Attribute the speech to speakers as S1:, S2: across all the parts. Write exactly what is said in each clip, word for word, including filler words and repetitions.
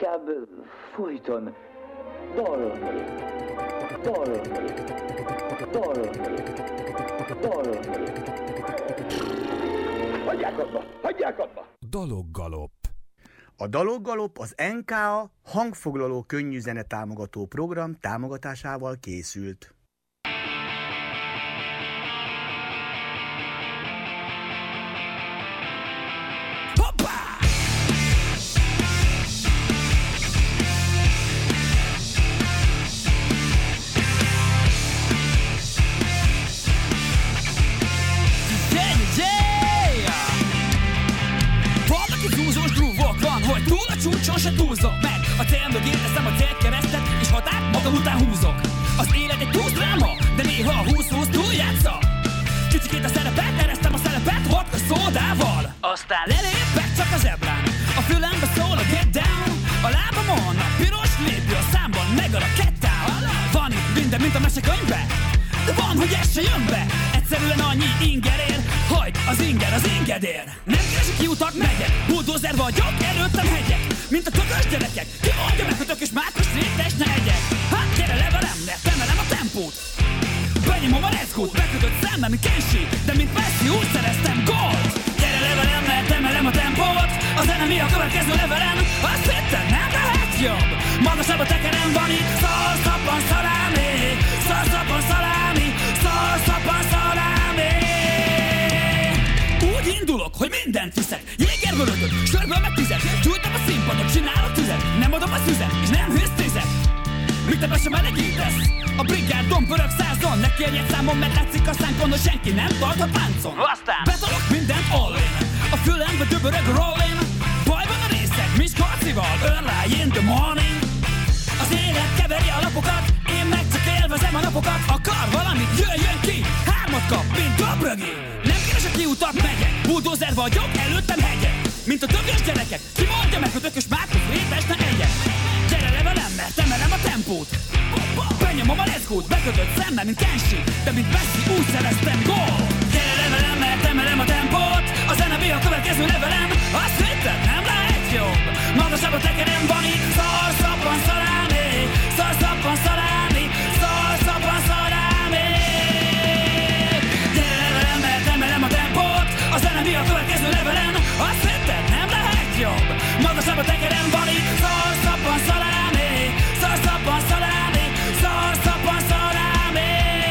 S1: inkább folyton dalolni, dalolni, dalolni, dalolni. Hagyják abba, hagyják abba!
S2: Daloggalop.
S3: A Daloggalop az en ká á hangfoglaló könnyű zene támogató program támogatásával készült.
S4: Hogy túl a csúcson se túlzok meg. A cél mögé teszem a célkeresztet, és határt magam után húzok. Az élet egy túl dráma, de néha a húsz-húsz túl játsza. Kicsikét a szerepet, eresztem a szelepet vodka szódával. Aztán lelépek csak a zebrán, a fülembe szól a get down. A lábamon a piros lépő, a számban meg a rakettál. Van itt minden, mint a mesekönyvbe, de van, hogy ez se jön be. Egyszerűen annyi inger ér, hagyd az inger az ingedér. Nem keresek kiutat, megyek, bulldozer vagyok, előttem hegyek. Mint a tökös gyerekek, ki mondja meg, hogy tökös Márkos rétes ne egyek. Hát gyere le velem, mert emelem a tempót. Benyomom a leckót, bekötött szemmel, mint Kenshi, de mint Messi úgy szereztem gólt. Gyere le velem, mert emelem a tempót. A zene mi a következő levelem? Azt hittem, nem lehet jobb. Magasabb a tekerem van itt, szar-szappan szalámi, szar-szappan szalámi, szar-szappan szalámi. Úgy indulok, hogy mindent viszek, jégerből ötöt, sörből meg tizet. Csújtam a színpadot, csinálok tüzet, nem adom a szüzet, és nem hőztézek. Míg te be sem melegítesz, a brigádon pörög százon. Ne kérjek számon, mert látszik a szánkon, hogy senki nem tart a páncon. Aztán betolok mindent all in, a fülembe döbörög rollin. Bajban a részek, Miskolcival, early in the morning. Az élet keveri a lapokat, én meg csak élvezem a napokat. Akar valamit, jöjjön ki, hármat kap, mint Dobrögi. Nem keresek kiutat, megyek, bulldozer vagyok, előttem hegyek. Mint a tökös gyerekek, ki mondja meg, hogy tökös Márkos rétes ne egyek. Gyere le velem, mert emelem a tempót. Benyomom a leckót, bekötött szemmel, mint Kenshi, de mint Messi úgy szereztem gól. Gyere le velem, mert emelem a tempót. A zene mi a következő levelem? Azt hittem, nem lehet jobb. Magasabb a tekerem van itt, szar-szappan szalámi, szar-szappan szalámi, szar-szappan szalámi. Gyere le velem, mert emelem a tempót. A zene mi a következő levelem? Azt hittem, nem lehet jobb. Magasabb a tekerem van itt, szar-szappan szalámi, szar-szappan szalámi, szar-szappan szalámi.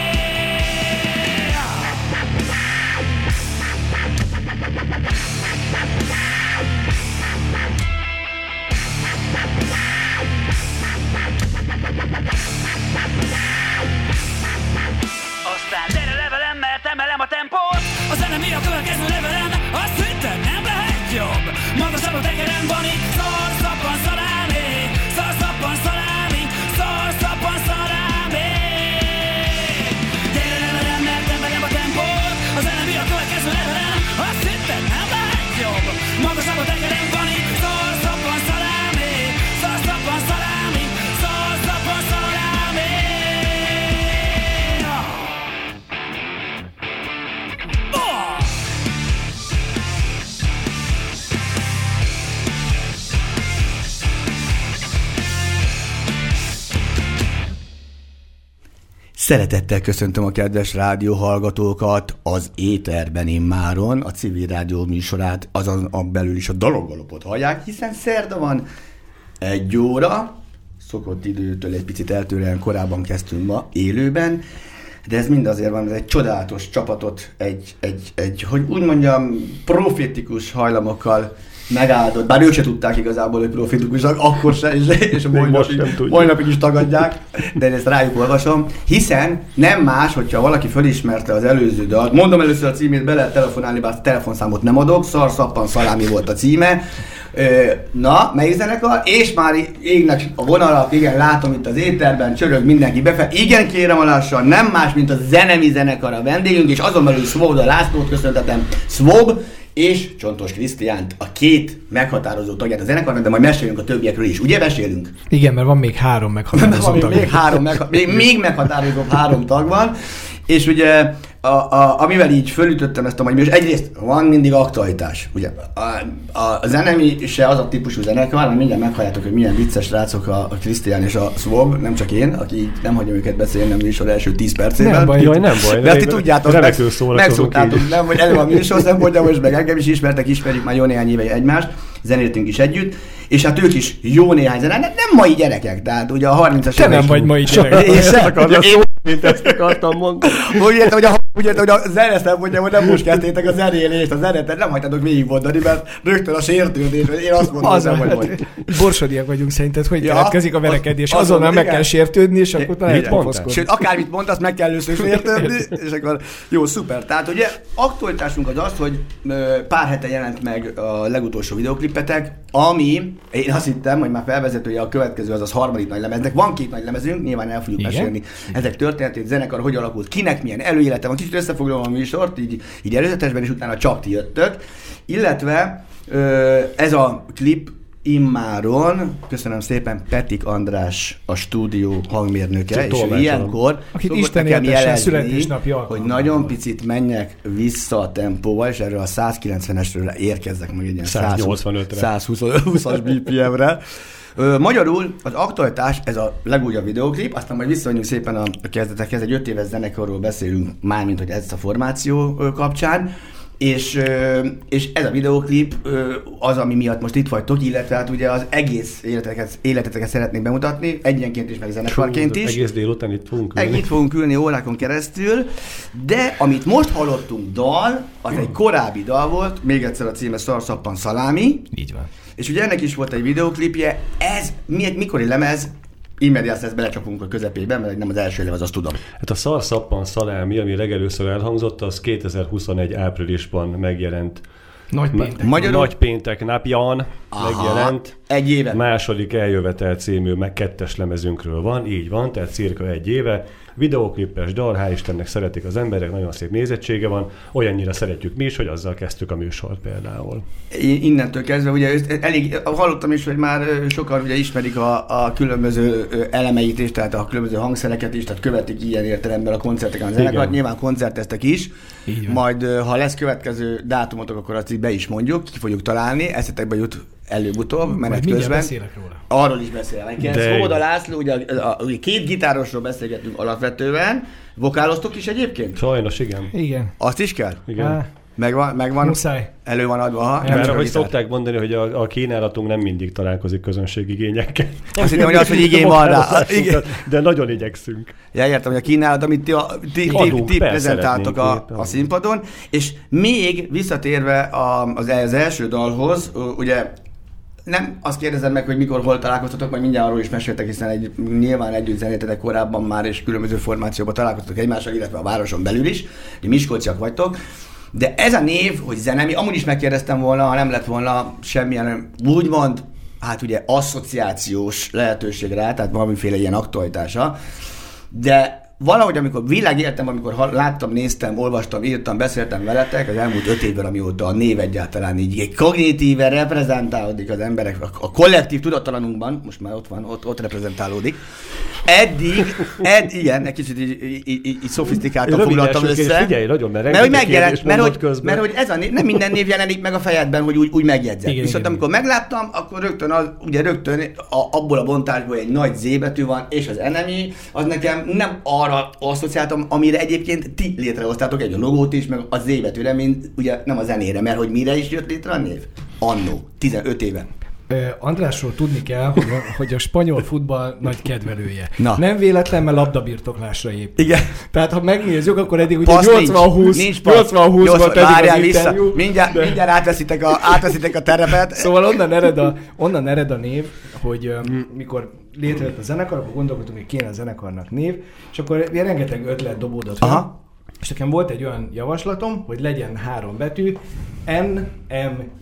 S4: Aztán gyere le velem, mert emelem a tempót. A zene mi a következő levelem? Azt hittem, nem lehet jobb. Magasabb a tekerem van itt, szar-szappan szalámi, szar-szappan szalámi, szar-szappan szalámi. Gyere le velem, mert emelem a tempót. A zene mi a következő levelem? Azt hittem, nem lehet jobb. Magasabb a tekerem van itt, szar-szappan szalámi, szar-szappan szalámi, szar-szappan szalámi.
S3: Szeretettel köszöntöm a kedves rádióhallgatókat az éterben immáron, a civil rádió műsorát, azon a belül is a Daloggalopot hallják, hiszen szerda van egy óra, szokott időtől egy picit eltérően korábban kezdtünk ma élőben, de ez mind azért van, ez egy csodálatos csapatot, egy, egy, egy hogy úgy mondjam, profétikus hajlamokkal megáldott, bár ők se tudták igazából, hogy profitikusak, akkor se, és, és a mai napig, mai napig is tagadják, de én ezt rájuk olvasom, hiszen nem más, hogyha valaki fölismerte az előző dalt, mondom először a címét, be lehet telefonálni, bár telefonszámot nem adok, Szar-szappan szalámi volt a címe, na, melyik zenekar, és már égnek a vonalak, igen, látom itt az éterben, csörög mindenki befel, igen, kérem a lassan, nem más, mint a Zenemi zenekar a vendégünk, és azon belül Svoboda Lászlót köszöntetem, Svob, és Csontos Krisztiánt, a két meghatározó tagját a zenekarnak, de majd meséljünk a többiekről is. Ugye mesélünk?
S5: Igen, mert van még három meghatározó tag.
S3: Még, három megha- még, még meghatározóbb három tag van, és ugye a, a, amivel így fölütöttem ezt a mai műsor, egyrészt van mindig aktualitás. Ugye a, a, a zenemi se az a típusú zenekar, hanem mindjárt meghalljátok, hogy milyen vicces rácok a, a Krisztián és a Swob, nem csak én, aki nem hagyja őket beszélni a műsor első tíz percében.
S2: Nem baj, jaj, nem baj.
S3: De azt tudjátok, meg, megszóltátok,
S2: nem,
S3: hogy elő a műsor szempontja, most meg engem is ismertek, ismerjük már jó néhány éve egymást, zenéltünk is együtt, és hát ők is jó néhány zenát, nem, nem mai gyerekek, tehát ugye a harmincas
S2: évek. Te nem vagy mai gyerek.
S3: Én sem.
S2: Mint ezt akartam mondani.
S3: Úgy értem, hogy a, úgy értem, hogy a zene szempontja, hogy nem most kezdtétek a zenélést, a zenetet nem hagytátok végigmondani, mert rögtön a sértődés, hogy én azt mondom,
S2: Azon,
S3: hogy
S2: hát,
S3: vagy.
S2: Borsodiak vagyunk szerinted, hogy
S3: ja,
S2: keletkezik a verekedés.
S3: Az,
S2: azonnal meg kell sértődni, és akkor lehet pofozkodni.
S3: Sőt, akármit mondasz, meg kell először sértődni, és akkor jó, szuper. Tehát ugye aktualitásunk az az, hogy pár hete jelent meg a legutolsó videóklippetek, ami, én azt hittem, hogy már felvezetője a következő, azaz harmadik nagy lemeznek. Van két nagy lemezünk, nyilván el fogjuk mesélni ezek történetét, zenekar hogy alakult, kinek milyen előélete van, kicsit összefoglalom a műsort, így, így előzetesben, és utána csak ti jöttök. Illetve ez a klip immáron, köszönöm szépen, Petik András a stúdió hangmérnöke, és ilyenkor
S2: akit Isten éltesen születésnapja
S3: hogy nagyon picit menjek vissza a tempóval, és erről a százkilencvenesről érkezzek meg egy ilyen
S2: száznyolcvanötre
S3: százhúszas bé pé em-re. Magyarul az aktualitás, ez a legújabb videóklip, aztán majd visszamegyünk szépen a kezdetekhez, egy öt éves zenekarról beszélünk, mármint hogy ez a formáció kapcsán, és, és ez a videóklip az, ami miatt most itt vagytok, illetve hát ugye az egész életeteket, életeteket szeretnék bemutatni, egyenként is, meg zenekarként is.
S2: Egész délután itt fogunk ülni.
S3: Itt fogunk ülni órákon keresztül, de amit most hallottunk dal, az egy korábbi dal volt, még egyszer a címe Szarszappan Szalámi.
S2: Így van.
S3: És ugye ennek is volt egy videóklipje, ez mikori lemez, immediát ezt belecsapunk a közepében, mert nem az első lemez, azt tudom.
S2: Hát a Szarszappan Szalámi, ami legelőször elhangzott, az kétezer-huszonegy áprilisban megjelent. Nagy péntek. Magyarul... Nagy péntek napján megjelent.
S3: Egy éve.
S2: Második Eljövetel című, meg kettes lemezünkről van, így van, tehát cirka egy éve. Videóklippes dal, hál' Istennek szeretik az emberek, nagyon szép nézettsége van, olyannyira szeretjük mi is, hogy azzal kezdtük a műsort például.
S3: Innentől kezdve, ugye elég, hallottam is, hogy már sokan ugye ismerik a, a különböző elemeit is, tehát a különböző hangszereket is, tehát követik ilyen értelemben a koncerteken a zenekart, nyilván koncerteztek is, majd ha lesz következő dátumotok, akkor azt így be is mondjuk, ki fogjuk találni, eszetekbe jut előbb-utóbb, menet közben.
S2: beszélek róla.
S3: Arról is beszélek. Szóda László, ugye, ugye két gitárosról beszélgetünk alapvetően. Vokáloztok is egyébként?
S2: Sajnos, igen.
S5: Igen.
S3: Azt is kell?
S2: Igen.
S5: Há.
S3: Megvan, megvan.
S5: Muszáj.
S3: Elő van adva, ha?
S2: Mert ahogy szokták mondani, hogy a, a kínálatunk nem mindig találkozik közönségigényekkel.
S3: Azt hittem, hogy az, hogy igény van rá.
S2: De nagyon igyekszünk.
S3: Ja, értem, hogy a kínálat, amit ti, ti, ti, ti prezentáltok a, a színpadon. És még visszatérve az, az első dalhoz, ugye nem azt kérdezem meg, hogy mikor, hol találkoztatok, majd mindjárt arról is meséltek, hiszen egy, nyilván együtt zenéltetek korábban már, és különböző formációban találkoztatok egymással, illetve a városon belül is, hogy miskolciak vagytok. De ez a név, hogy zenemi, amúgy is megkérdeztem volna, ha nem lett volna semmilyen, úgymond, hát ugye asszociációs lehetőség rá, tehát valamiféle ilyen aktualitása. De valahogy, amikor világéletem, amikor láttam, néztem, olvastam, írtam, beszéltem veletek, az elmúlt öt évben, amióta a név egyáltalán így kognitíve reprezentálódik az emberek, a kollektív tudattalanunkban, most már ott van, ott, ott reprezentálódik. Eddig, ed, igen, egy kicsit így, így, így, így szofisztikáltan foglaltam össze.
S2: Figyelj, nagyon, mert,
S3: mert hogy megjelent, mert hogy, mert hogy ez a név, nem minden név jelenik meg a fejedben, hogy úgy, úgy megjegyzett. Igen, viszont igen, amikor igen. megláttam, akkor rögtön, az, ugye rögtön a, abból a bontásból egy nagy Z betű van, és az enemy, az nekem nem arra asszociáltam, amire egyébként ti létrehoztátok egy a logót is, meg a Z betűre, mint ugye nem a zenére, mert hogy mire is jött létre a név? Annó, tizenöt éven.
S5: Andrásról tudni kell, hogy a, hogy a spanyol futball nagy kedvelője.
S3: Na.
S5: Nem véletlen, mert labdabirtoklásra épül.
S3: Igen.
S5: Tehát ha megnézzük, akkor eddig ugye nyolcvan húsz nyolcvan
S3: várjál vissza. Mindjárt, de... mindjárt átveszitek, a, átveszitek a terepet.
S5: Szóval onnan ered a, onnan ered a név, hogy um, mikor létrejött a zenekar, akkor gondolkodtunk, hogy kéne a zenekarnak név, és akkor rengeteg ötlet dobódott.
S3: Aha.
S5: És nekem volt egy olyan javaslatom, hogy legyen három betű, N M I.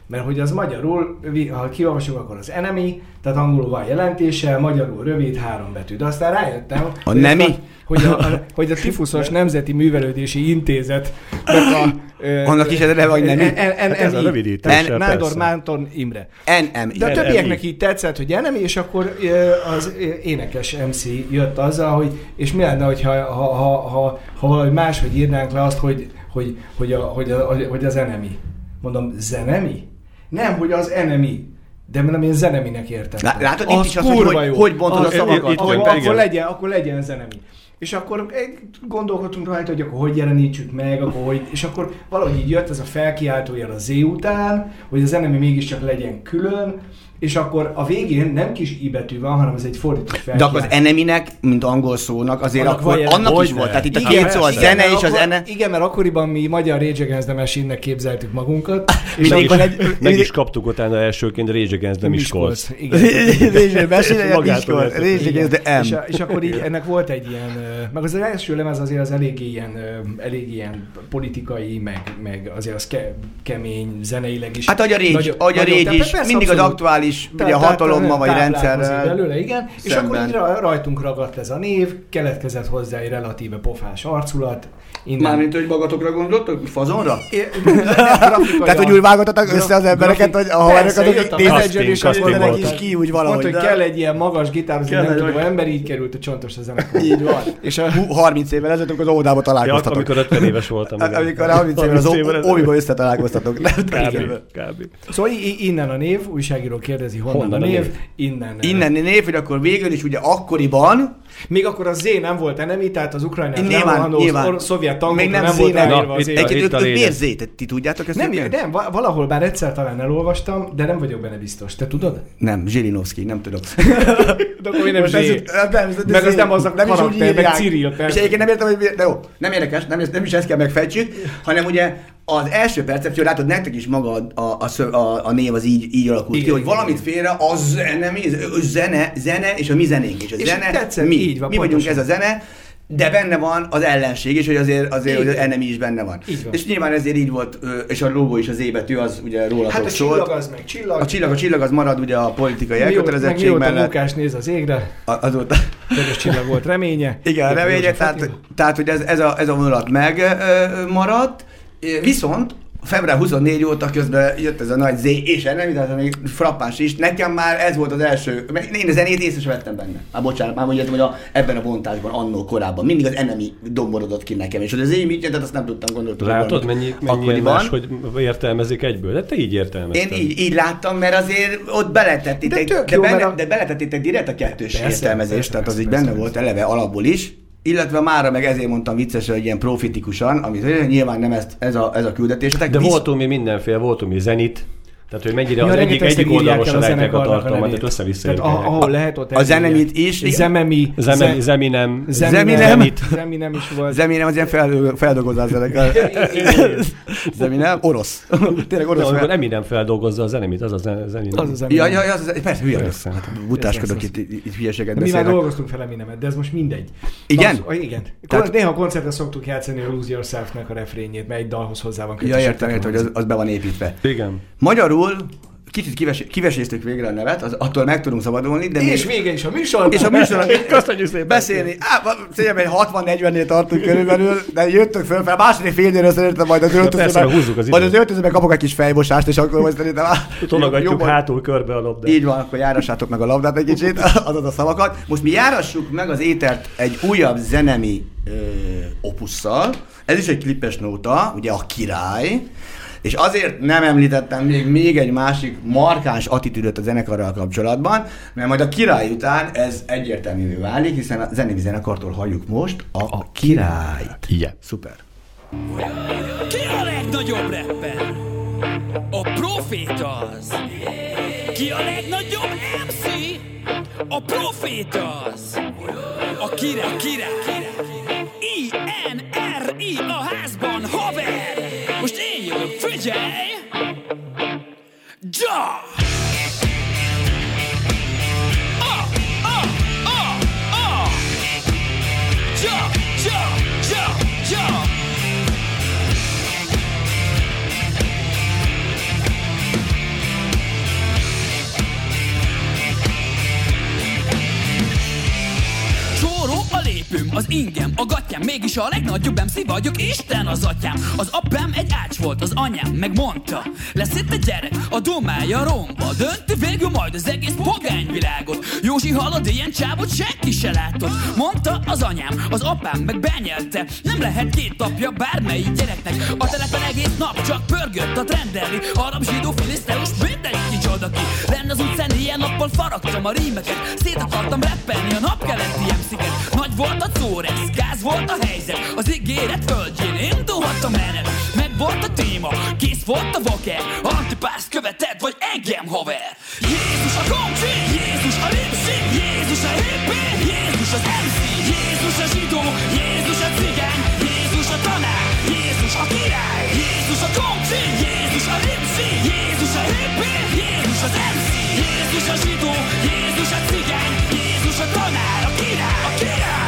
S5: Mert hogy az magyarul, ha kiolvasjuk, akkor az enemy, tehát angolul van jelentése, magyarul rövid, három betű. De aztán rájöttem,
S3: a
S5: hogy,
S3: nemi?
S5: A, hogy, a, a, hogy a Tifuszos Nemzeti Művelődési Intézet a,
S3: annak is ez neve, hogy nemi?
S2: Ez a rövidítés.
S5: Nándor Mánton Imre.
S3: en em i.
S5: De a többieknek így tetszett, hogy enemy, és akkor az énekes em cé jött azzal, hogy és mi lenne, hogyha ha, ha, ha, ha valahogy máshogy írnánk le azt, hogy, hogy, hogy, a, hogy, a, hogy az enemy. Mondom, zenemi? Nem, hogy az enemy. De nem én zeneminek értem.
S3: Látod, itt is az, hogy hogy, hogy bontod a szavakat.
S5: Akkor legyen, akkor legyen zenemi. És akkor gondolkodtunk rajta, hogy akkor hogy jelenítsük meg, akkor hogy, és akkor valahogy így jött ez a felkiáltójel a Z után, hogy az enemy mégiscsak legyen külön, és akkor a végén nem kis i betű van, hanem ez egy fordított felkiáltó.
S3: De akkor az enemy-nek, mint angol szónak, azért
S5: annak,
S3: akkor, annak is volt. Tehát itt a
S5: igen,
S3: két szó, a
S5: igen,
S3: zene és
S5: akkor,
S3: az ene.
S5: Igen, mert akkoriban mi magyar Rage Against the Machine-nek képzeltük magunkat.
S2: És meg, is, egy, meg is kaptuk utána elsőként Rage Against the Miskolc.
S5: Igen. És akkor így ennek volt egy ilyen, meg az első lemez azért az eléggé ilyen, elég ilyen politikai, meg, meg azért az ke, kemény zeneileg is.
S3: Hát ahogy a Rage, ahogy a Rage is, mindig az aktuális ugye a hatalommal vagy rendszerrel.
S5: Belőle, igen. És akkor így rajtunk ragadt ez a név, keletkezett hozzá egy relatíve pofás arculat.
S3: Mármint, hogy magatokra gondoltok? Fazonra? Tehát, hogy úgy vágottak össze az embereket, hogy a haverjakat nézett, és ki úgy valahogy.
S5: Mondta, hogy kell egy ilyen magas gitározó, nem tudom, ember így került a csontos a zenekar.
S3: Így van. És harminc évvel ezelőtt, amikor az óvodába találkoztatok.
S2: Amikor ötven éves voltam.
S3: Amikor harminc évvel az óviba összetalálkoztatok.
S2: Kb.
S5: Szóval innen a név, újságíró kérdezi, honnan a név. Innen.
S3: Innen a név, hogy akkor végül is ugye akkoriban.
S5: Még akkor a Z nem volt enemi, tehát az ukrajnás lerohanó szovjet tankokra nem, nem volt ráírva az év.
S3: Miért Z? Ti tudjátok ezt?
S5: Nem, nem, valahol bár egyszer talán elolvastam, de nem vagyok benne biztos. Te tudod?
S3: Nem, Zsirinovszky, nem tudom.
S5: De akkor nem Z. Meg az nem az a karakter, meg Cyril.
S3: És egyébként nem értem, hogy de jó, nem érdekes, nem is ezt kell megfejtsük, hanem ugye az első percepció, látod, nektek is maga a, a, a, a név az így, így alakult ki, hogy valamit félre, az zene, zene, zene és a mi zenénk. És a
S5: és
S3: zene,
S5: tetszett,
S3: mi,
S5: így van,
S3: mi vagyunk ez a zene, de benne van az ellenség is, hogy azért, azért hogy az enemy is benne van.
S5: van.
S3: És nyilván ezért így volt, és a logó is az E betű, az ugye rólatok
S5: hát a
S3: szólt.
S5: csillag az meg csillag.
S3: A csillag, a csillag az marad ugye a politikai elkötelezettség mellett.
S5: Mióta Lukás néz az égre,
S3: azóta
S5: közös csillag volt reménye.
S3: Igen, reménye, tehát, tehát hogy ez, ez, a, ez a vonulat megmaradt, viszont február huszonnégy óta közben jött ez a nagy Z és enemy, tehát még frappáns is. Nekem már ez volt az első, én a zenét észre sem vettem benne. Á, bocsánat, már mondjam, hogy a, ebben a bontásban, annól korábban. Mindig az enemy domborodott ki nekem, és hogy az Z mit jelent, azt nem tudtam gondolni.
S2: Látod, mennyi, mennyi más, hogy értelmezik egyből? De te így értelmezted.
S3: Én így, így láttam, mert azért ott beletettétek, de, de, benne, a... de beletettétek direkt a kettős persze, értelmezést, persze, tehát az így benne persze. volt eleve alapból is. Illetve mára meg ezért mondtam viccesen, hogy ilyen profitikusan, amit nyilván nem ezt, ez, a, ez a küldetésetek.
S2: De voltunk mi mindenféle, voltunk mi zenit, tehát hogy mennyire ja, az egyik, egyik oldalon se lehetnek a tartalmat, tehát össze-vissza
S5: tehát ahol lehet ott
S3: a zenemit is.
S5: Zememi.
S2: Zememi, Zeminem.
S3: Zeminem.
S5: Zeminem is volt.
S3: Zeminem az ilyen feldolgozás zenekar. Zeminem, orosz. Tényleg orosz.
S2: Amikor Eminem feldolgozza a zenemit, az a Zeminem.
S5: Az a Zeminem.
S3: Ja, ja, az, persze, hülye lesz. Butáskodok itt, itt hülyeséget
S5: beszélnek. Mi már dolgoztunk fel Eminemet, de ez most mindegy.
S3: Igen?
S5: Igen. Néha a koncertre szoktuk játszani a Lose Yourself-nek a refrényét, mert egy dalhoz hozzá van
S3: kötve. Ja, értem, értem, hogy az be van építve.
S2: Igen.
S3: Magyarul kicsit kives, kiveséztük végre a nevet, az, attól meg tudunk szabadulni, de
S5: és
S3: még...
S5: vége is a műsor.
S3: És a műsor, köszönjük szépen. Beszélni. Á, szerintem egy hatvan-negyvennél tartunk körülbelül, de jöttök föl fel, a második félnél szerintem majd az öltözőben, majd az öltözőben kapok egy kis fejmosást, és akkor majd szerintem...
S2: Tologatjuk hátul körbe a labdát.
S3: Így van, akkor járassátok meg a labdát egy kicsit, azaz a szavakat. Most mi járassuk meg az étert egy újabb zenemi ö, opusszal. Ez is egy klipes nóta, ugye a Király. És azért nem említettem még, még egy másik markáns attitűdöt a zenekarral kapcsolatban, mert majd a Király után ez egyértelművé válik, hiszen a zenei zenekartól halljuk most a, a Királyt.
S2: Igen.
S3: Szuper.
S4: Ki a legnagyobb rapper? A Prophétaz. Ki a legnagyobb em cé? A Prophétaz. A Király, Király, Király. I N R I a házban, haver! Most én jövök, figyelj! Ja! Ah, ah, ah, ah! Ja, ja, ja, ja! az ingem, a gatyám, mégis a legnagyobb em cé vagyok, Isten az atyám. Az apám egy ács volt, az anyám megmondta, lesz itt egy gyerek, a domája romba, dönti végül majd az egész pogányvilágot. Józsi halad, ilyen csávot senki se látott, mondta az anyám, az apám meg benyelte, nem lehet két apja bármelyik gyereknek. A telepen egész nap csak pörgött a trenderli, arab, zsidó, filiszteus, mindenki kicsoda ki. Lenne az utcán ilyen nappal faragtam a rímeket, szét akartam rappelni a napkeleti em cé-ket. Nagy volt a córesz, gáz volt a helyzet, az ígéret földjén indulhat a menet. Meg volt a téma, kész volt a vaker, antipászt követed, vagy engem haver. Jézus a komcsi, Jézus a lipsi, Jézus a hippi, Jézus az em cé, Jézus a zsidó, Jézus a cigány, Jézus a tanár, Jézus a király. Jézus a komcsi, Jézus a lipsi, Jézus a hippi, Jézus az em cé, Jézus a zsidó, Jézus a cigány, Jézus a tanár, a király, a király.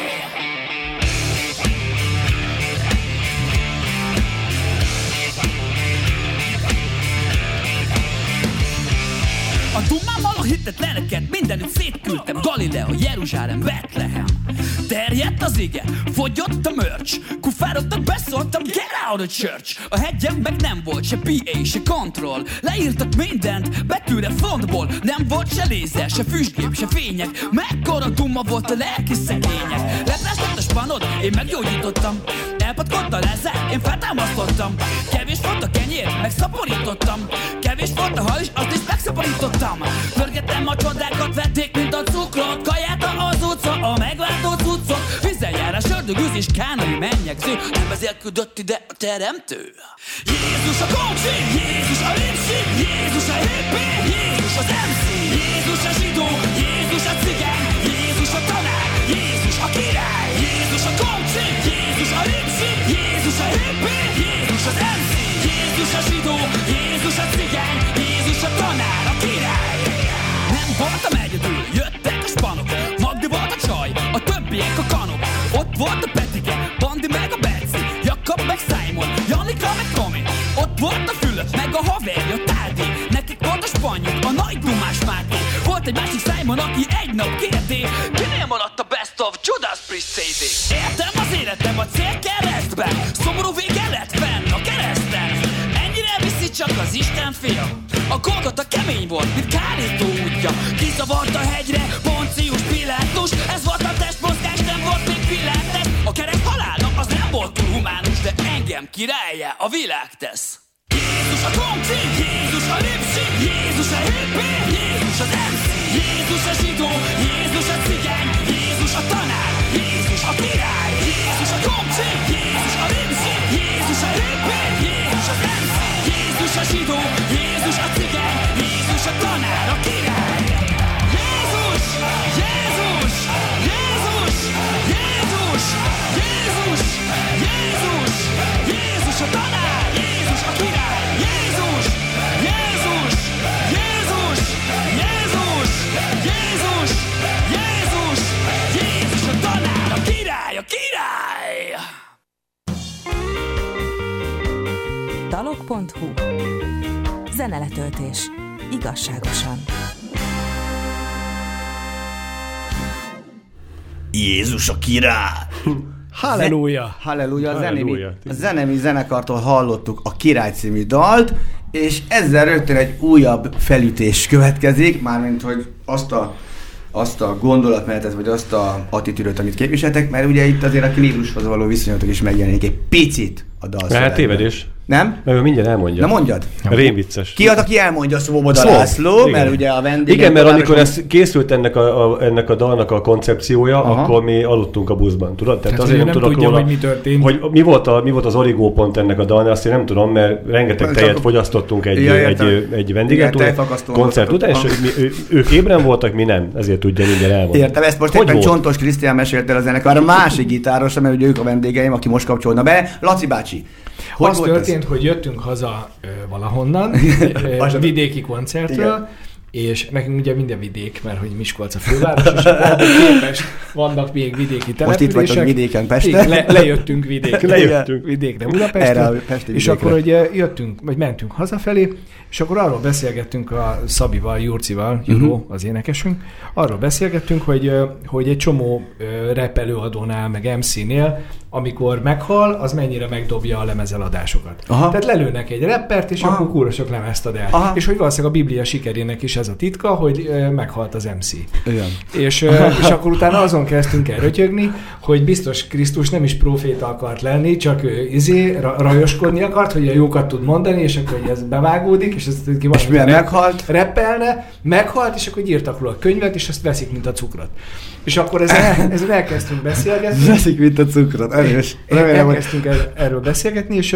S4: A dumámmal a hitetleneket mindenütt szétküldtem, Galilea, Jeruzsálem, Betlehem. Terjedt az ige, fogyott a merch, kufároknak beszóltam, get out of church. A hegyen meg nem volt se pé á, se control, leírtak mindent betűre fontból. Nem volt se lézer, se füstgép, se fények, mekkora duma volt a lelki szegények. Leprás lett a spanod, én meggyógyítottam, elpatkodt a Lázár, én feltámasztottam. Kevés volt a kenyér, megszaporítottam, kevés volt a hal is, azt is megszaporítottam. Pörgettem a csodákat, vették mint a cukrot, kaját az utca, a megváltó cuccot. Vízzel járás, ördögűz és kánai mennyegző, nem ezért küldött ide a teremtő. Jézus a komcsi, Jézus a lipsi, Jézus a hippi, Jézus az em cé, Jézus a zsidó, Jézus a cigány, Jézus a tanár, Jézus a király. Jézus a komcsi, Jézus a lipsi, Jézus a hippi, Jézus az em cé, Jézus a zsidó, Jézus a cigány, Jézus a tanár, a király. Nem voltam egyedül, jöttek a spanok, Magdi volt a csaj, a többiek a kanok. Ott volt a Petike, Bandi meg a Betsy, Jakab meg Simon, Janika meg Tomi. Ott volt a Fülöp, meg a haverja Tádi, nekik volt a spanyol, a nagy dumás Máté. Volt egy másik Simon, aki egy nap kérdé, kinél maradt a Best of Judas Priest cé dé. Értem az életem a cél keresztben, szomorú vége lett fenn a kereszten. Ennyire viszi csak az Isten fia, a Golgota kemény volt, mint Kárító útja. Kizavart a hegyre, Poncius Pilátus, ez volt a testmozgás, nem volt még világtesz. A kerek halálnak az nem volt túl humánus, de engem királlyá a világ tesz. Jézus a komcsi, Jézus a lipsi, Jézus a hippi, Jézus az em cé, Jézus a zsidó, Jézus a cigány, Jézus a tanár, Jézus a király. Jézus a komcsi, Jézus a lipsi, Jézus a hippi, Jézus az em cé, Jézus a zsidó, Jézus a cigány, Jézus a tanár, a király. Jézus, Jézus, Jézus, Jézus, Jézus, Jézus, Jézus a tanár, Jézus a király. Jézus, Jézus, Jézus, Jézus, Jézus, Jézus, Jézus a tanár, a király, a király.
S6: dalok pont hu. Zeneletöltés. Igazságosan.
S3: Jézus a király!
S5: Halleluja!
S3: Halleluja! A zenemi,
S2: Halleluja.
S3: a zenemi zenekartól hallottuk a Király című dalt, és ezzel rögtön egy újabb felütés következik, mármint, hogy azt a, azt a gondolatmenetet, vagy azt a attitűdöt, amit képviseltek, mert ugye itt azért a Knílushoz való viszonyatok is megjelenik egy picit a dalszövegben.
S2: Hát tévedés.
S3: Nem?
S2: Mert ő mindjárt elmondja.
S3: Na mondjad.
S2: Rémvicces.
S3: Ki az, aki elmondja, Szoboda
S2: Szó.
S3: László,
S2: Igen.
S3: mert ugye a vendég.
S2: Igen, mert amikor ez készült ennek a, a, ennek a dalnak a koncepciója,
S3: Aha.
S2: akkor mi aludtunk a buszban, tudod?
S5: Tehát azért nem
S2: tudok
S5: tudja,
S2: róla,
S5: hogy mi történt.
S2: Hogy mi volt, a, mi volt az origópont ennek a dalnak, azt én nem tudom, mert rengeteg
S3: Csak
S2: tejet
S3: a-
S2: fogyasztottunk egy,
S3: Ja,
S2: egy,
S3: értem.
S2: egy, egy vendégetúr,
S3: Igen, tejfakasztón
S2: koncert után, és
S3: voltatok.
S2: mi, ő, ők ébren voltak, mi nem, ezért tudja mindjárt elmondani.
S3: Értem, ezt most
S2: Hogy
S3: éppen
S2: volt?
S3: Csontos Krisztián mesélte el a zenekar, a másik gitáros, mert ugye ők a vendégeim, aki most kapcsolna be. Laci bácsi, hogy
S5: Az
S3: volt
S5: történt, hogy jöttünk haza ö, valahonnan, ö,
S3: Az-
S5: vidéki koncertről, és nekünk ugye minden vidék, mert hogy Miskolc a főváros, és ahhoz képest vannak még vidéki települések.
S3: Most itt vagytok vidéken, Pesten.
S5: Le, lejöttünk vidékre,
S3: lejöttünk
S5: vidékre Budapestre,
S3: Pesti
S5: és akkor ugye jöttünk, vagy mentünk hazafelé, és akkor arról beszélgettünk a Szabival, Jurcival, Juró, uh-huh. az énekesünk, arról beszélgettünk, hogy, hogy egy csomó rap előadónál, meg em cé-nél, amikor meghal, az mennyire megdobja a lemezeladásokat. Aha. Tehát lelőnek egy rappert, és Aha. akkor kúra sok lemezt ad el. Aha. És hogy valószínűleg a Biblia sikerének is ez a titka, hogy uh, meghalt az em cé. Igen. És, uh, és akkor utána azon kezdtünk el rötyögni, hogy biztos Krisztus nem is próféta akart lenni, csak ő izé, ra- rajoskodni akart, hogy a jókat tud mondani, és akkor ez bevágódik, és ez ki
S3: és mivel meghalt?
S5: Reppelne, meghalt, és akkor írtak róla a könyvet, és azt veszik, mint a cukrot. És akkor ezzel, ezzel elkezdtünk beszélgetni.
S3: Veszik, mint a cukrot, erős.
S5: Elkezdtünk el, erről beszélgetni, és,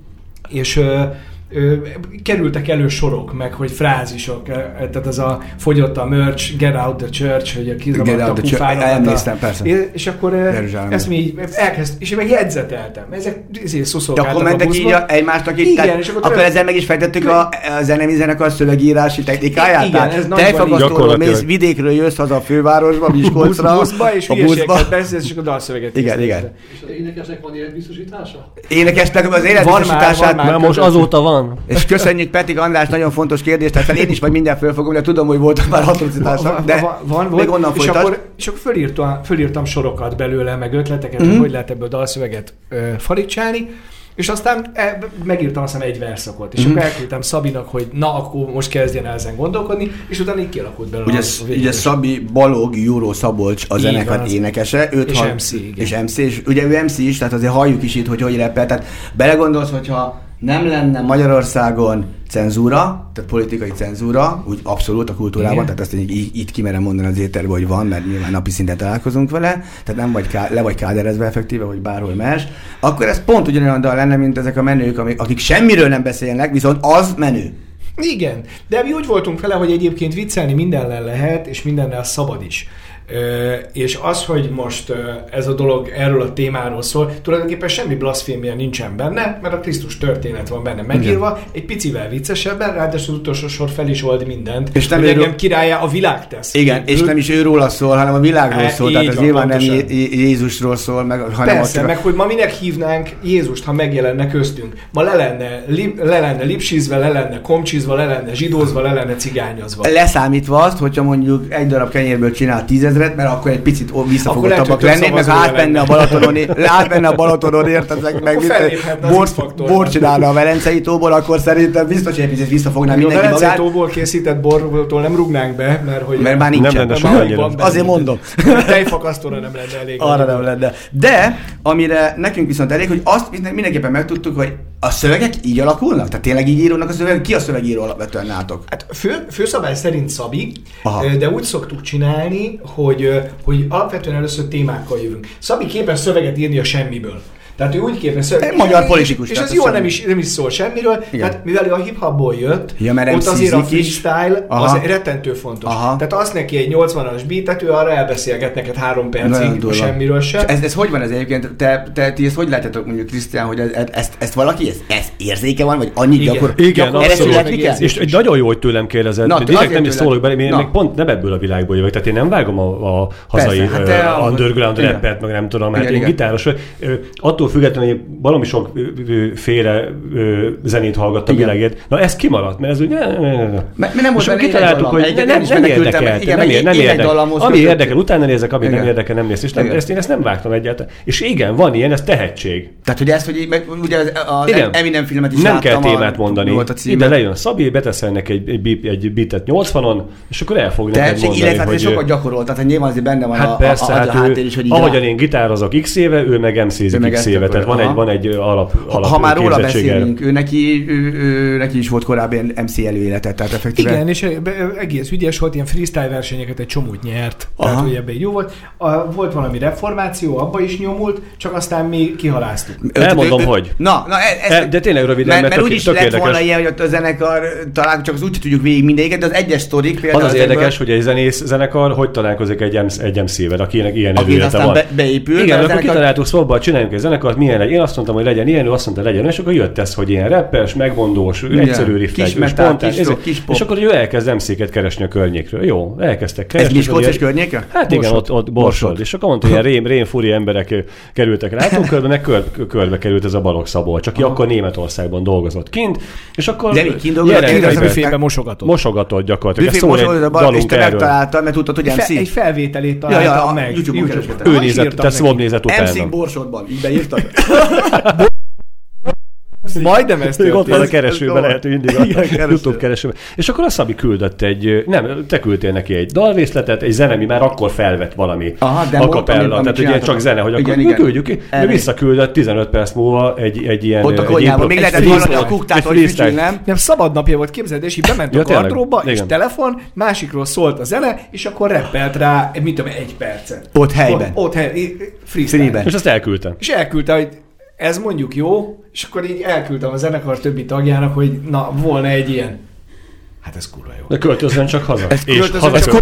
S5: és Ö, kerültek elő sorok, meg hogy frázisok, tehát ez a fogyott a merch, get out the church, hogy a kizabadta a pufának.
S3: Elmésztem, persze.
S5: És akkor Jeruzsálem. Ezt mi így elkezd, és én meg jegyzeteltem. Ezek szuszolgáltak
S3: a buszban. Akkor mentek így a, egymásnak itt, igen, és akkor, akkor ezzel meg is fejtettük a, a zenemi zenekar szövegírási technikáját. Igen, ez nagy tejfagasztóról mész, vidékről jössz haza a fővárosba, Miskolcra.
S5: Buszba, és hülyeségeket beszélsz, és akkor dalszöveget.
S3: Igen, igen.
S7: És az énekesnek van életbiztosítása?
S3: Énekesnek az életbiztosítását.
S2: Most azóta van.
S3: És köszönjük Petik András, nagyon fontos kérdést, tehát én is majd mindjárt fölfogom, de tudom, hogy voltak már atrocitások, de van, van, még onnan
S5: és akkor, és akkor fölírtam, fölírtam sorokat belőle, meg ötleteket, mm-hmm. hogy hogy lehet ebből dalszöveget ö, farigcsálni, és aztán e, megírtam azt hiszem egy verszakot, és mm-hmm. akkor elküldtem Szabinak, hogy na, akkor most kezdjen el ezen gondolkodni, és utána így kialakult belőle.
S3: Ugye, ugye Szabi Balog, Juró Szabolcs a zenekar énekese, őt
S5: és
S3: hall,
S5: em cé, igen.
S3: És em cé, és ugye ő em cé is, tehát azért halljuk is itt, hogy hogy rappel, tehát belegondolsz, hogyha nem lenne Magyarországon cenzúra, tehát politikai cenzúra, úgy abszolút a kultúrában, igen. Tehát ezt így, itt kimerem mondani az éterben, hogy van, mert nyilván napi szinten találkozunk vele, tehát nem vagy ká, le vagy káderezve effektíve, hogy bárhol más, akkor ez pont ugyanolyan dal lenne, mint ezek a menők, akik semmiről nem beszélnek, viszont az menő.
S5: Igen, de mi úgy voltunk vele, hogy egyébként viccelni mindennel lehet, és mindennel szabad is. Ö, és az, hogy most ö, ez a dolog erről a témáról szól, tulajdonképpen semmi blaszfémia nincsen benne, mert a Krisztus történet van benne megírva, igen. Egy picivel viccesebben, ráadásul utolsó sor fel is old mindent, és nem hogy engem királyá a világ tesz.
S3: Igen, és nem is őróla szól, hanem a világról e, szól, tehát ez van, nyilván pontosan. Nem J- Jézusról szól, meg, hanem
S5: persze, meg hogy ma minek hívnánk Jézust, ha megjelenne köztünk. Ma le lenne, li, le lenne lipsizve, le lenne komcsizva, le lenne zsidózva, le lenne cigányozva.
S3: Leszámítva azt, hogyha mondjuk egy darab kenyérből csinál tízezer, mert akkor egy picit visszafogottabbak lennék, meg átmenne a Balatonon, átmenne a Balatonon, érted, meg, meg bort, bort csinálna a Velencei tóból, akkor szerintem biztos, hogy egy picit visszafogná mindenki magát. A
S5: Velencei tóból készített bortól nem rúgnánk be, mert hogy...
S3: Mert már nincsen.
S2: Nem lenne
S3: azért mondom.
S5: Tejfakasztóra nem lenne elég.
S3: Arra nem lenne. De, amire nekünk viszont elég, hogy azt mindenképpen megtudtuk, hogy a szövegek így alakulnak? Tehát tényleg így írónak a szövegek? Ki a szövegíró alapvetően nátok?
S5: Hát fő, főszabály szerint Szabi, aha. De úgy szoktuk csinálni, hogy, hogy alapvetően először témákkal jövünk. Szabi képes szöveget írni a semmiből. Tehát ő úgy képes szöveget.
S3: Magyar politikus.
S5: És ez jól nem is, nem is szól semmiről. Igen. Hát mivel ő a hip-hopból jött,
S3: ja,
S5: ott azért a freestyle az rettentő fontos. Aha. Tehát azt neki egy nyolcvanas beatet, ő arra elbeszélget neked három percig a semmiről sem.
S3: Ez, ez hogy van ez egyébként? Te, te, ti ezt hogy látjátok mondjuk, Krisztián, hogy ez, ezt, ezt valaki, ez, ez érzéke van, vagy annyit
S2: igen.
S3: gyakor...
S2: Igen, abszolút. És egy nagyon jó, hogy tőlem kérdezed. Na, direkt nem is szólok bele, én meg pont nem ebből a világból jövök. Tehát én nem vágom a, a hazai persze, hát uh, underground rappert, meg nem tudom, mert én gitáros vagy. Attól függetlenül valami sok féle zenét hallgattam világért. Na ez kimaradt, mert ez úgy...
S3: És akkor
S2: kitaláltuk, hogy nem érdekel, nem érdekel. Ami érdekel, utána nézek, ami nem érdekel, nem néz. És én ezt nem vágtam egyáltalán. És igen, van ilyen, ez tehetség.
S3: Tehát, hogy ezt, hogy ugye az Eminem filmet is
S2: nem kell témát mondani. Ide lejön Szabi, beteszel neki egy beatet nyolcvanon, és akkor el fog neked mondani,
S3: illetve, hogy... illetve sokat tehát nyilván azért benne van
S2: hát
S3: a,
S2: persze,
S3: a, a, a
S2: hát
S3: háttér is, hogy így...
S2: Ahogyan én gitározok x éve, ő meg em cé-zik x éve, tehát van egy, van egy alap, alap
S3: Ha már róla beszélünk, ő neki, ő, ő, neki is volt korábbi em cé előélete, tehát effektíve...
S5: Igen, és egész ügyes volt, ilyen freestyle versenyeket egy csomót nyert, aha. Tehát hogy ebben jó volt. A, volt valami reformáció, abba is nyomult, csak aztán mi kihaláztuk.
S2: Elmondom, hogy.
S3: Na, na ez,
S2: ez, de tényleg röviden,
S3: mert, mert, mert úgyis lett volna ilyen, hogy a zenekar találkozik, csak az úgy tudjuk végig mindegyiket, de az egyes sztorik például...
S2: Az az érdekes, hogy egy zenész zenekar hogy találkozik egy em cé-vel, akinek ilyen előélete van.
S3: Be, beépül.
S2: Igen, akkor kitaláltuk, szóval csináljunk egy zenekart, akart, milyen legyen. Én azt mondtam, hogy legyen ilyen, ő azt mondta, legyen, és akkor jött ez, hogy ilyen rappers, megmondós, egyszerű riffek, spontán, kis, kis és akkor ő elkezd em cé-ket keresni a környékről. Jó, elkezdtek keresni.
S3: Ez Miskolc és környéke?
S2: Hát igen, ott, ott Borsod. És akkor mondta, hogy ilyen rém, rémfúri emberek kerültek rá, körbe, meg kör, körbe került ez a Balogh Szabolcs, aki akkor Németországban dolgozott kint, és akkor
S3: de kint dolgozott,
S5: mosogatott.
S2: Mosogatott gyakorlatilag.
S3: Büfé mosogatott, és te megtaláltad, mert tudtad, hogy em cé.
S5: Egy felvételét találtam meg.
S2: Ő nézett, te Swob nézett utána.
S3: em cé Borsodban, így beírtad.
S5: Majdnem ezt
S2: ott van a keresőben, lehet, hogy mindig a YouTube keresőben. És akkor a Szabi küldött egy, nem, te küldtél neki egy dalrészletet, egy zene, mi már akkor felvett valami akapella, tehát ugye csak zene, hogy akkor mi küldjük ki. Ő visszaküldött tizenöt perc múlva egy, egy ilyen...
S3: Ott a konyhában, még lehetett hallani a kuktától fütyül, nem?
S5: Nem, szabad napja volt, képzeld, és így bement a gardróba, és telefon, másikról szólt a zene, és akkor rappelt rá, mit tudom, egy percet.
S3: Ott helyben.
S5: Ott helyben, freestyle.
S2: És azt elküldtem.
S5: És elküldte, hogy ez mondjuk jó, és akkor így elküldtem a zenekar többi tagjának, hogy na, volna egy ilyen. Hát ez kurva jó.
S2: De költözön csak haza.
S5: Ez
S2: és haza
S5: csak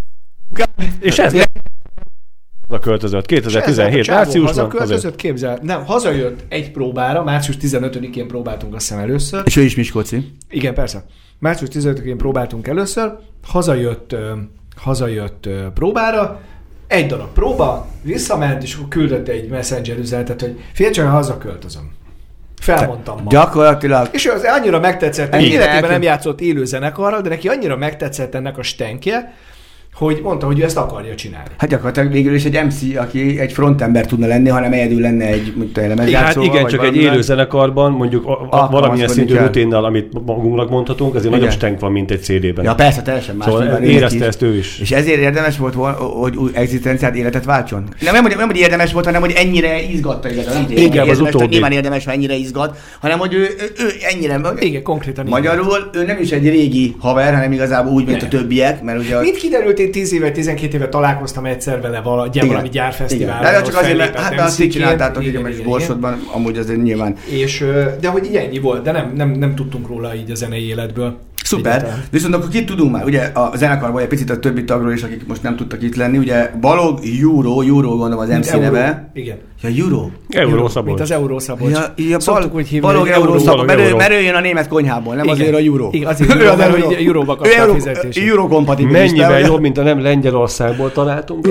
S2: és ez haza költözött. kétezer-tizenhét márciusban.
S5: Haza költözött, képzel. Nem, hazajött egy próbára, március tizenötödikén próbáltunk azt hiszem először.
S3: És ő is miskolci.
S5: Igen, persze. március tizenötödikén próbáltunk először, hazajött, hazajött próbára, egy darab próba, visszament, és akkor küldött egy messenger üzenetet, hogy figyelj csak, hazaköltözöm. Felmondtam ma.
S3: Gyakorlatilag.
S5: És az annyira megtetszett, hogy életében nem játszott élő zenekarral, de neki annyira megtetszett ennek a stenkje, hogy mondta, hogy ő ezt akarja csinálni.
S3: Hát gyakorlatilag végül is egy em cé, aki egy frontember tudna lenni, hanem egyedül lenne egy, mint a lemezjátszóval.
S2: Hát igen, csak egy élő zenekarban, mondjuk a, a, valamilyen szintű rutinnal, amit magunknak mondhatunk, azért nagyobb stenk van, mint egy cé dében.
S3: Ja persze, teljesen más.
S2: Szóval érezte ezt ő is.
S3: És ezért érdemes volt, hogy új egzisztenciát, életet váltson? Nem, nem, nem, hogy érdemes volt, hanem hogy ennyire izgatta igazán.
S2: Igen, az utóbbi.
S3: Nyilván érdemes, ha ennyire izgat, hanem hogy ő, ő, ő ennyire...
S5: Igen, konkrétan.
S3: Magyarul ő nem is egy régi haver, hanem igazából úgy, mint a többiek, mert ugye...
S5: Mit kiderült, én tíz éve, tizenkét éve találkoztam egyszer vele vala, valami gyárfesztiválon.
S3: De csak azért, mert hát azt így csináltátok, így a Borsodban, amúgy azért nyilván.
S5: És, de hogy így ennyi volt, de nem, nem, nem tudtunk róla így a zenei életből.
S3: Szuper. Egyáltalán. Viszont akkor kit tudunk már? Ugye a zenekarban egy picit a többi tagról is, akik most nem tudtak itt lenni. Ugye Balogh Euro, Euro gondolom az em cé neve.
S5: Igen.
S3: Ja, Euro.
S2: Euró Szabolcs.
S5: Mint az Euró Szabolcs.
S3: Ja, ja, Szoktuk úgy hívni. Balogh Euro Szabolcs. Mert, mert ő jön a német konyhából, nem igen. Azért a Euro.
S5: Igen, azért Euro, mert hogy Euróba kapta a fizetését.
S3: Euro kompatibilis.
S2: Mennyivel jobb, mint a nem Lengyelországból találtunk.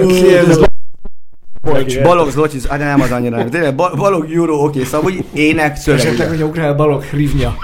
S3: Balogh Zlotyiz, hát nem az annyira. Tényleg Balogh Euro, oké, szóval úgy ének, szöveg.
S5: Esetleg, hogy ukrán Balogh Hrivnya.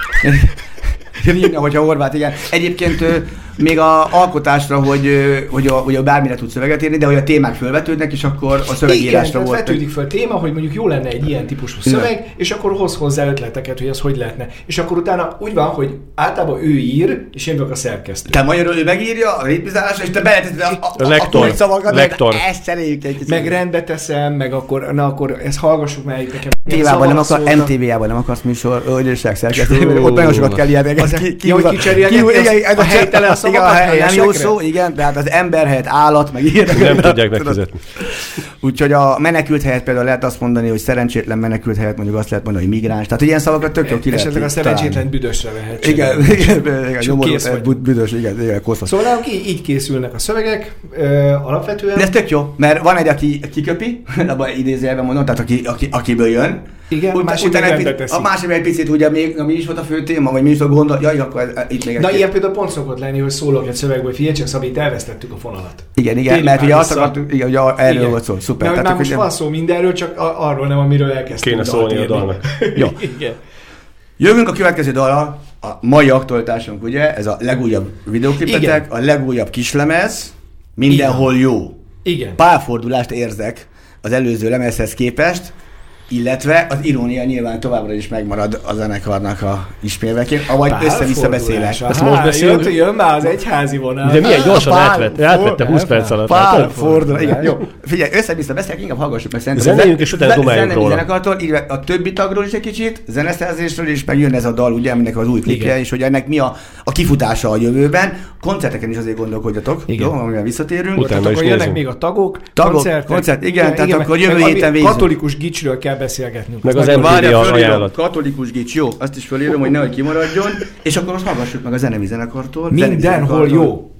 S3: Hrivnya, hogyha horvát, igen. Egyébként még a alkotásra, hogy, hogy, a, hogy a bármire tud szöveget írni, de hogy a témák fölvetődnek, és akkor a szövegírásra volt.
S5: Igen, vetődik föl téma, hogy mondjuk jó lenne egy ilyen típusú szöveg, ja. És akkor hoz hozzá ötleteket, hogy ez hogy lehetne. És akkor utána úgy van, hogy általában ő ír, és én vagyok a szerkesztő.
S3: Tehát magyarul ő megírja a ritmizálásra, és te beletetted a, a, a,
S2: lektor,
S3: a szavakat,
S2: lektor.
S3: Ezt cseréljük egy kicsit.
S5: Meg rendbe teszem, meg akkor, na akkor ezt hallgassuk meg nekem.
S3: Tévában nem akar, em té vé-ában nem akarsz műsor, újság szerkesztő, ott nagyon sokat kell ilyeneket.
S5: Jó, hogy kicserélni a helytelen szavakat.
S3: Nem jó szó, igen, tehát az ember helyett állat, meg ilyenek.
S2: Nem tudják megfizetni.
S3: Úgyhogy a menekült helyett például lehet azt mondani, hogy szerencsétlen menekült helyett mondjuk azt lehet mondani, hogy migráns. Tehát ilyen szavakat tök jó ki lehet.
S5: Esetleg a szerencsétlen büdösre vehet.
S3: Igen, igen, nyomorult, büdös, igen, igen, koszos.
S5: Szóval nálunk így, így készülnek a szövegek, alapvetően.
S3: De ez tök jó, mert van egy, aki kiköpi, abban idézőjelben mondom, tehát aki, aki, akiből jön.
S5: Igen,
S3: Ut-
S5: másik
S3: utána
S5: egy,
S3: a másik egy picit, ugye még, mi is volt a fő téma, vagy mi is a gondol, jaj, akkor ez, itt még egy...
S5: Na ilyen például pont szokott lenni, hogy szólok egy szövegből, hogy figyelj csak Szabi, itt elvesztettük a fonalat.
S3: Igen, igen,
S5: Térjük
S3: mert ugye azt
S5: vissza.
S3: akartuk, igen, ugye erről igen. Volt szó, szuper.
S5: Mert már most van szó mindenről, csak arról nem, amiről elkezdtünk.
S2: Kéne szólni a dalnak.
S3: Jó. Igen. Jövünk a következő dalra, a mai aktualitásunk, ugye, ez a legújabb videóklipetek, a legújabb kislemez, mindenhol igen. Jó.
S5: Igen.
S3: Pálfordulást érzek az előző lemezhez képest, illetve az irónia nyilván továbbra is megmarad a zenekarnak a ismérveként, avagy össze-vissza beszélek.
S5: Ezt most beszélünk? Jön, jön már az egyházi vonal.
S2: De milyen gyorsan átvette, átvette húsz perc alatt.
S3: Pálfordulás. Igen, jó. Figyelj, össze-vissza beszélek, inkább hallgassuk meg szerintem.
S2: Zenéljünk, és utána domáljunk róla.
S3: Zenekartól, illetve a többi tagról is egy kicsit, zeneszerzésről is, meg jön ez a dal, ugye, aminek az új klipje, és hogy ennek mi a, a kifutása a jövőben. Koncerteken is azért gondolkodjatok, jó, amivel visszatérünk.
S2: Utána
S5: is jönnek még a tagok,
S3: koncertek. Koncert, igen, tehát akkor jövő héten végzünk.
S5: Katolikus gicsről kell beszélgetnünk.
S2: Meg az em té vé ajánlat.
S3: Katolikus gics, jó, azt is fölírom, hogy nehogy kimaradjon, és akkor azt hallgassuk meg a zenemi zenekartól.
S5: Mindenhol jó.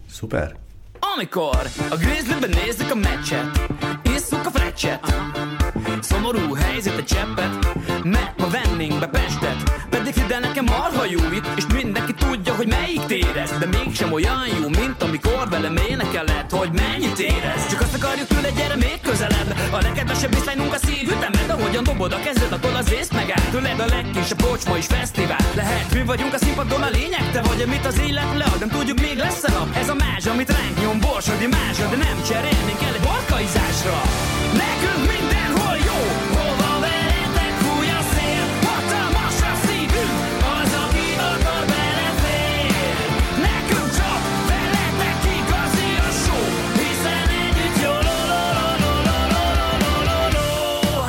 S4: Szomorú helyzet egy cseppet, mert ma vennénk be Pestet. Pedig hidd el nekem marha jó itt, és mindenki tudja, hogy melyik tér ez. De mégsem olyan jó, mint amikor velem énekeled, hogy mennyit érez. Csak azt akarjuk tőle, gyere még közelebb. A legkedvesebb diszlánynunk a szívütemed. Ahogyan dobod a kezed, attól az észt megáll. Tőled a legkisebb kocsma is fesztivál. Lehet, mi vagyunk a színpadon a lényeg, te vagy, amit az élet lead. Nem tudjuk, még lesz a nap. Ez a mázs, amit ránk nyom, borsodi mázsa. De nem cserélnénk el egy borkaizásra. Nekünk mindenhol jó, hova veletek fúj a szél. Hatalmas a szívünk, az, aki akar belefér. Nekünk csak veletek igazi a show, hiszen együtt jó lo lo lo lo lo lo lo lo lo.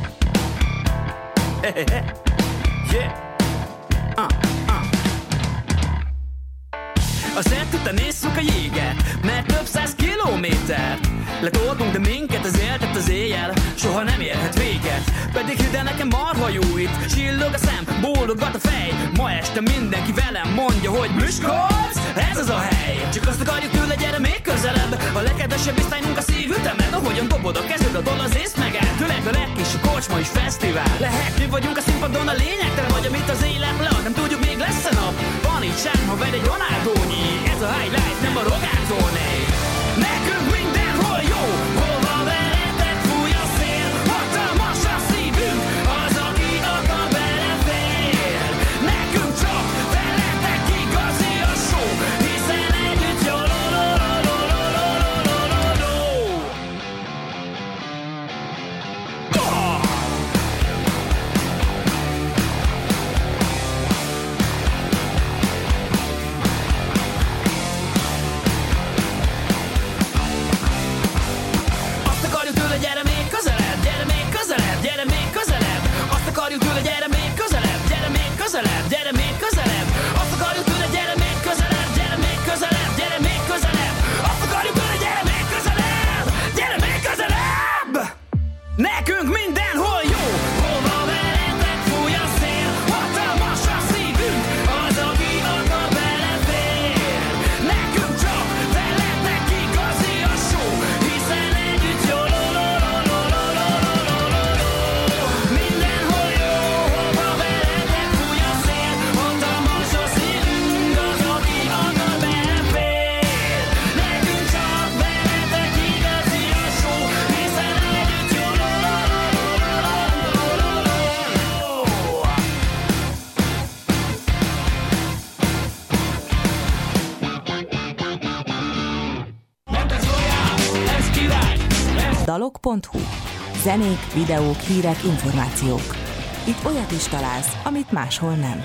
S4: Yeah. Uh, uh. A szert után nézzük a jéget, mert több száz kilométer letoldunk, de minket az éltet az éjjel soha nem érhet véget. Pedig hidd el nekem marha jó itt, csillog a szem, bólogat a fej. Ma este mindenki velem mondja, hogy Miskolc, ez az a hely. Csak azt akarjuk tőle, gyere még közelebb. A legkedvesebb isztánynunk a szívütemed. Ahogyan dobod a kezed, attól az ész megáll. Tőled a legkisebb kocsma is fesztivál. Lehet, mi vagyunk a színpadon a lényegtelen, vagy amit az élet lead. Nem tudjuk, még lesz a nap. Van itt sem, ha ved egy Ronaldónyi. Ez a highlight, nem a Rogázóné. Nekünk mindenhol jó, hova veletek fúj a szél. Hatalmas a szívünk, az, aki akar belefér. Nekünk csak veletek igazi a show, hiszen együtt jó lo lo lo lo lo lo lo lo lo. Gyere még közelebb, azt akarjuk tőle, gyere még közelebb, gyere még közelebb, gyere még közelebb, azt akarjuk tőle, gyere még közelebb, gyere még közelebb. Nekünk mindenhol jó, hova veletek fúj a szél. Hatalmas a szívünk, az, aki akar belefér. Nekünk csak veletek igazi a show, hiszen együtt jó lo lo lo lo lo lo lo lo. Mindenhol jó, hova veletek fúj a szél. Hatalmas a szívünk, az, aki akar belefér. Nekünk csak veletek igazi a show, hiszen együtt jó lo lo lo lo lo lo lo. Ez király!
S6: dalok pont hu. Zenék, videók, hírek, információk. Itt olyat is találsz, amit máshol nem.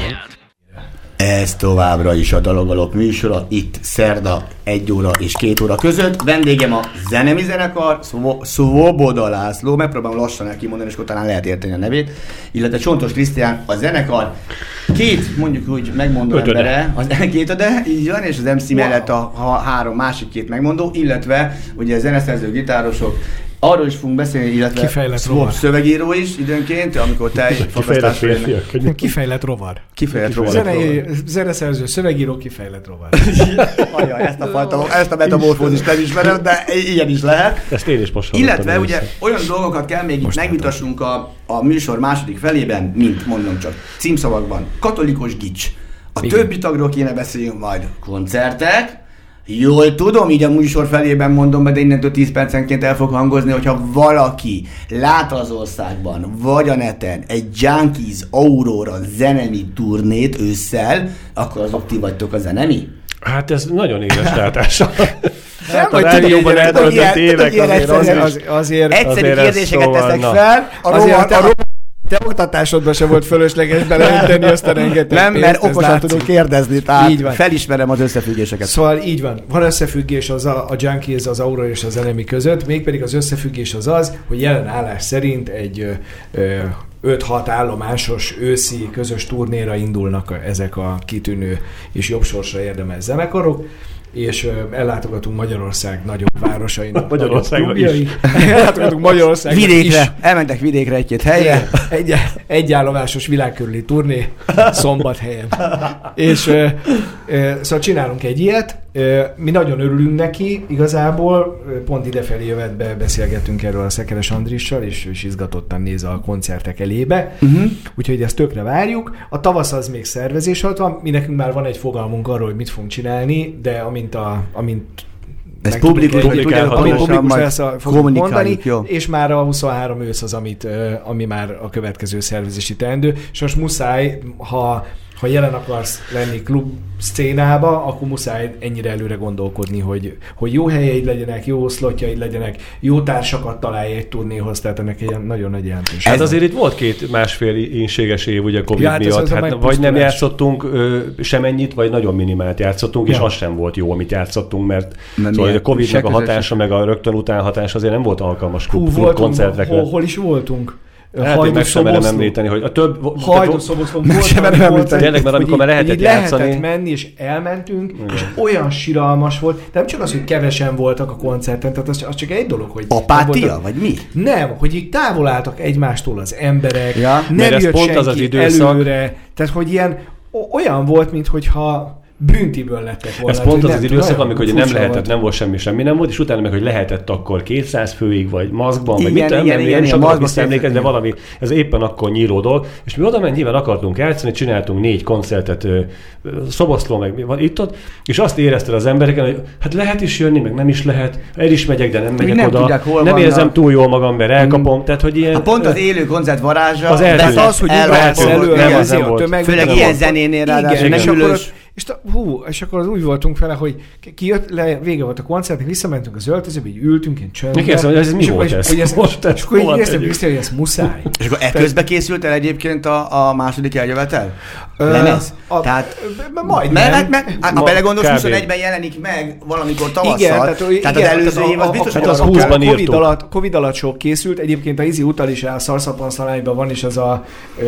S3: Ez továbbra is a Dalogalop műsora, itt szerda egy óra és két óra között. Vendégem a zenemi zenekar, Svoboda László, megpróbálom lassan elkimondani, és akkor talán lehet érteni a nevét, illetve Csontos Krisztián, a zenekar két, mondjuk úgy megmondó
S2: Ötöde.
S3: embere, az két öde, így van, és az em cé wow. mellett a, a három másik két megmondó, illetve ugye a zeneszerző gitárosok. Arról is fogunk beszélni, illetve
S5: Kifejlett
S3: Swob
S5: rovar.
S3: szövegíró is időnként, amikor te egy
S2: Kifejlett férfiak.
S5: Kifejlett rovar.
S3: Kifejlett rovar.
S5: Zenei, zeneszerző, szövegíró, kifejlett rovar.
S3: Ajaj, ezt a fajta, ezt a metamorfózist nem ismerem, de ilyen is lehet.
S2: Ezt én is most hallottam.
S3: Illetve ugye olyan dolgokat kell még itt megvitassunk a, a műsor második felében, mint mondom csak címszavakban. Katolikus gics. A
S5: Igen.
S3: többi tagról kéne beszéljünk majd. Koncertek. Jól tudom, így a műsor felében mondom be, de innentől tíz percenként el fog hangozni, hogyha valaki lát az országban, vagy a neten egy Junkies Aurora zenemi turnét ősszel, akkor azok ti vagytok a zenemi?
S2: Hát ez nagyon éles látása.
S5: Nem,
S2: a
S5: vagy
S2: rádióban
S5: tudod,
S2: eltöltött
S5: ilyen-
S2: évek
S5: ilyen
S2: azért
S5: egyszerű-
S2: az is.
S5: az- azért,
S3: Egyszerű
S2: azért ez
S3: kérdéseket
S2: szóval,
S3: teszek
S2: na.
S3: fel, a
S5: azért
S3: rovar,
S5: te,
S3: a rovar
S5: te oktatásodban sem volt fölösleges beleönteni azt a rengeteg
S3: nem,
S5: pénzt,
S3: mert
S5: ez
S3: okosan
S5: látszik.
S3: tudok kérdezni, tehát
S5: Így van.
S3: felismerem az összefüggéseket.
S5: Szóval így van, van összefüggés az a, a Junkies, az Aura és az Enemy között, mégpedig az összefüggés az az, hogy jelen állás szerint egy ö, ö, öt-hat állomásos őszi közös turnéra indulnak a, ezek a kitűnő és jobb sorsra érdemes zenekarok, és ö, ellátogatunk Magyarország nagyobb városainak.
S2: Magyarországra
S5: nagyobb klubjai.
S2: is.
S5: Ellátogatunk Magyarországra is.
S3: Vidékre, elmentek vidékre egy-két helyre.
S5: Egy, egy állomásos világkörüli turné Szombathelyen. És ö, ö, szóval csinálunk egy ilyet, Mi nagyon örülünk neki, igazából pont idefelé jövetbe beszélgettünk erről a Szekeres Andrissal, és, és izgatottan néz a koncertek elébe, uh-huh. úgyhogy ezt tökre várjuk. A tavasz az még szervezés alatt van, mi nekünk már van egy fogalmunk arról, hogy mit fogunk csinálni, de amint a... Amint
S3: ez publikus,
S5: publikus lesz, fogunk mondani, jó. És már a huszonhárom ősz az, amit, ami már a következő szervezési teendő, és most muszáj, ha ha jelen akarsz lenni klub szcénába, akkor muszáj ennyire előre gondolkodni, hogy, hogy jó helyeid legyenek, jó szlotjaid legyenek, jó társakat találj egy turnéhoz, tehát ennek egy nagyon nagy jelentőség.
S2: Hát azért itt volt két másfél ínséges év ugye Covid
S5: ja, hát
S2: miatt, hát vagy nem játszottunk ö, semennyit, vagy nagyon minimált játszottunk, ja. és az sem volt jó, amit játszottunk, mert nem szóval a Covid meg a hatása, meg a rögtön után hatása azért nem volt alkalmas klub, klub koncertekre.
S5: Hol, hol is voltunk?
S2: Hát én meg sem merem említeni, hogy a több...
S5: Hajdúszoboszlón volt,
S2: tényleg, mert amikor már lehetett játszani...
S5: lehetett menni, és elmentünk, igen. és olyan siralmas volt, de nem csak az, hogy kevesen voltak a koncerten, tehát az, az csak egy dolog, hogy...
S3: Apátia, vagy mi?
S5: Nem, hogy így távol álltak egymástól az emberek,
S3: ja,
S5: nem jött pont senki az az időszak. Előre, tehát hogy ilyen olyan volt, minthogyha büntiből lettek volna.
S2: Ez pont az az időszak, amikor nem lehetett, volt. nem volt semmi, semmi nem volt, és utána meg, hogy lehetett akkor kétszáz főig, vagy maszkban, vagy mit nem, nem, én is akarok visszaemlékezni, de valami, ez éppen akkor nyíló dolog, és mi oda ment, nyilván akartunk játszani, csináltunk négy koncertet, Szoboszló, meg van itt-ott, és azt érezted az embereken, hogy hát lehet is jönni, meg nem is lehet, el is megyek, de nem megyek nem oda, tudják, nem vannak. Érzem túl jól magam, mert elkapom, tehát hogy ilyen...
S3: Hát pont az élő koncert varázsa,
S2: az
S5: első, az, hogy
S3: főleg ilyen zenénél ráadásul
S5: És, ta, hú, és akkor az úgy voltunk vele, hogy kijött, le, vége volt a koncertnek, visszamentünk az öltözőbe, így ültünk, én csöndben.
S2: Mi kérdezem, hogy ez mi volt ez?
S5: És akkor így éreztem vissza, hogy ez muszáj.
S3: És akkor ekközben készült el egyébként a, a második eljövetel? Lemez?
S5: Tehát, majd
S3: nem. Ha belegondolsz, huszonegyben jelenik meg valamikor tavasszal. Igen, tehát, tehát
S5: igen,
S3: az előző év az biztos,
S2: hogy az húszban írtuk.
S5: Alatt, Covid alatt sok készült, egyébként a Izi utal is a Szarszapanszalányban van is az a,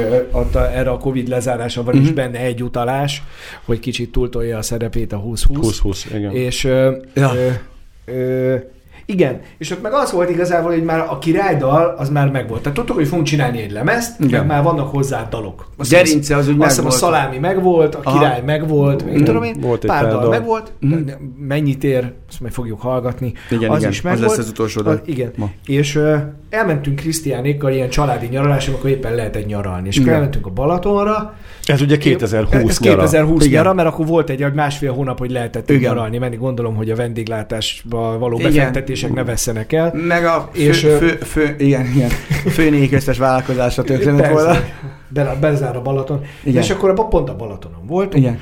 S5: a, a, erre a Covid lezárása van is benne egy utalás, hogy kicsit túltolja a szerepét a húsz húsz.
S2: húsz húsz, igen.
S5: És ö, ja. ö, ö, igen, és ott meg az volt igazából, hogy már a királydal az már megvolt. Tehát tudtuk, hogy fogunk csinálni egy lemezt, meg már vannak hozzá dalok.
S3: A Gerince az úgy megvolt.
S5: Azt hiszem a Szalámi megvolt, a Király Aha. megvolt, mm. tudom én, volt pár dal, dal megvolt, mm. mennyit ér, azt meg fogjuk hallgatni.
S3: Igen,
S5: az
S3: igen,
S5: is megvolt.
S3: Az lesz az utolsó dal.
S5: Igen, ma. És uh, elmentünk Krisztiánékkal ilyen családi nyaralásra, amikor éppen lehetett nyaralni. És akkor elmentünk a Balatonra.
S2: Ez ugye kétezer-húsz
S5: ez
S2: nyara.
S5: kétezer-húsz nyara, mert akkor volt egy másfél hónap, hogy lehetett igen. nyaralni, menni. Gondolom, hogy a vendéglátásba való igen. befektetések ne vesszenek el.
S3: Meg a fő, és, fő, fő, igen, igen, főnégi köztes vállalkozásra tönkrenek volna.
S5: Bezár a Balaton. Igen. És akkor a, pont a Balatonon voltunk. Igen.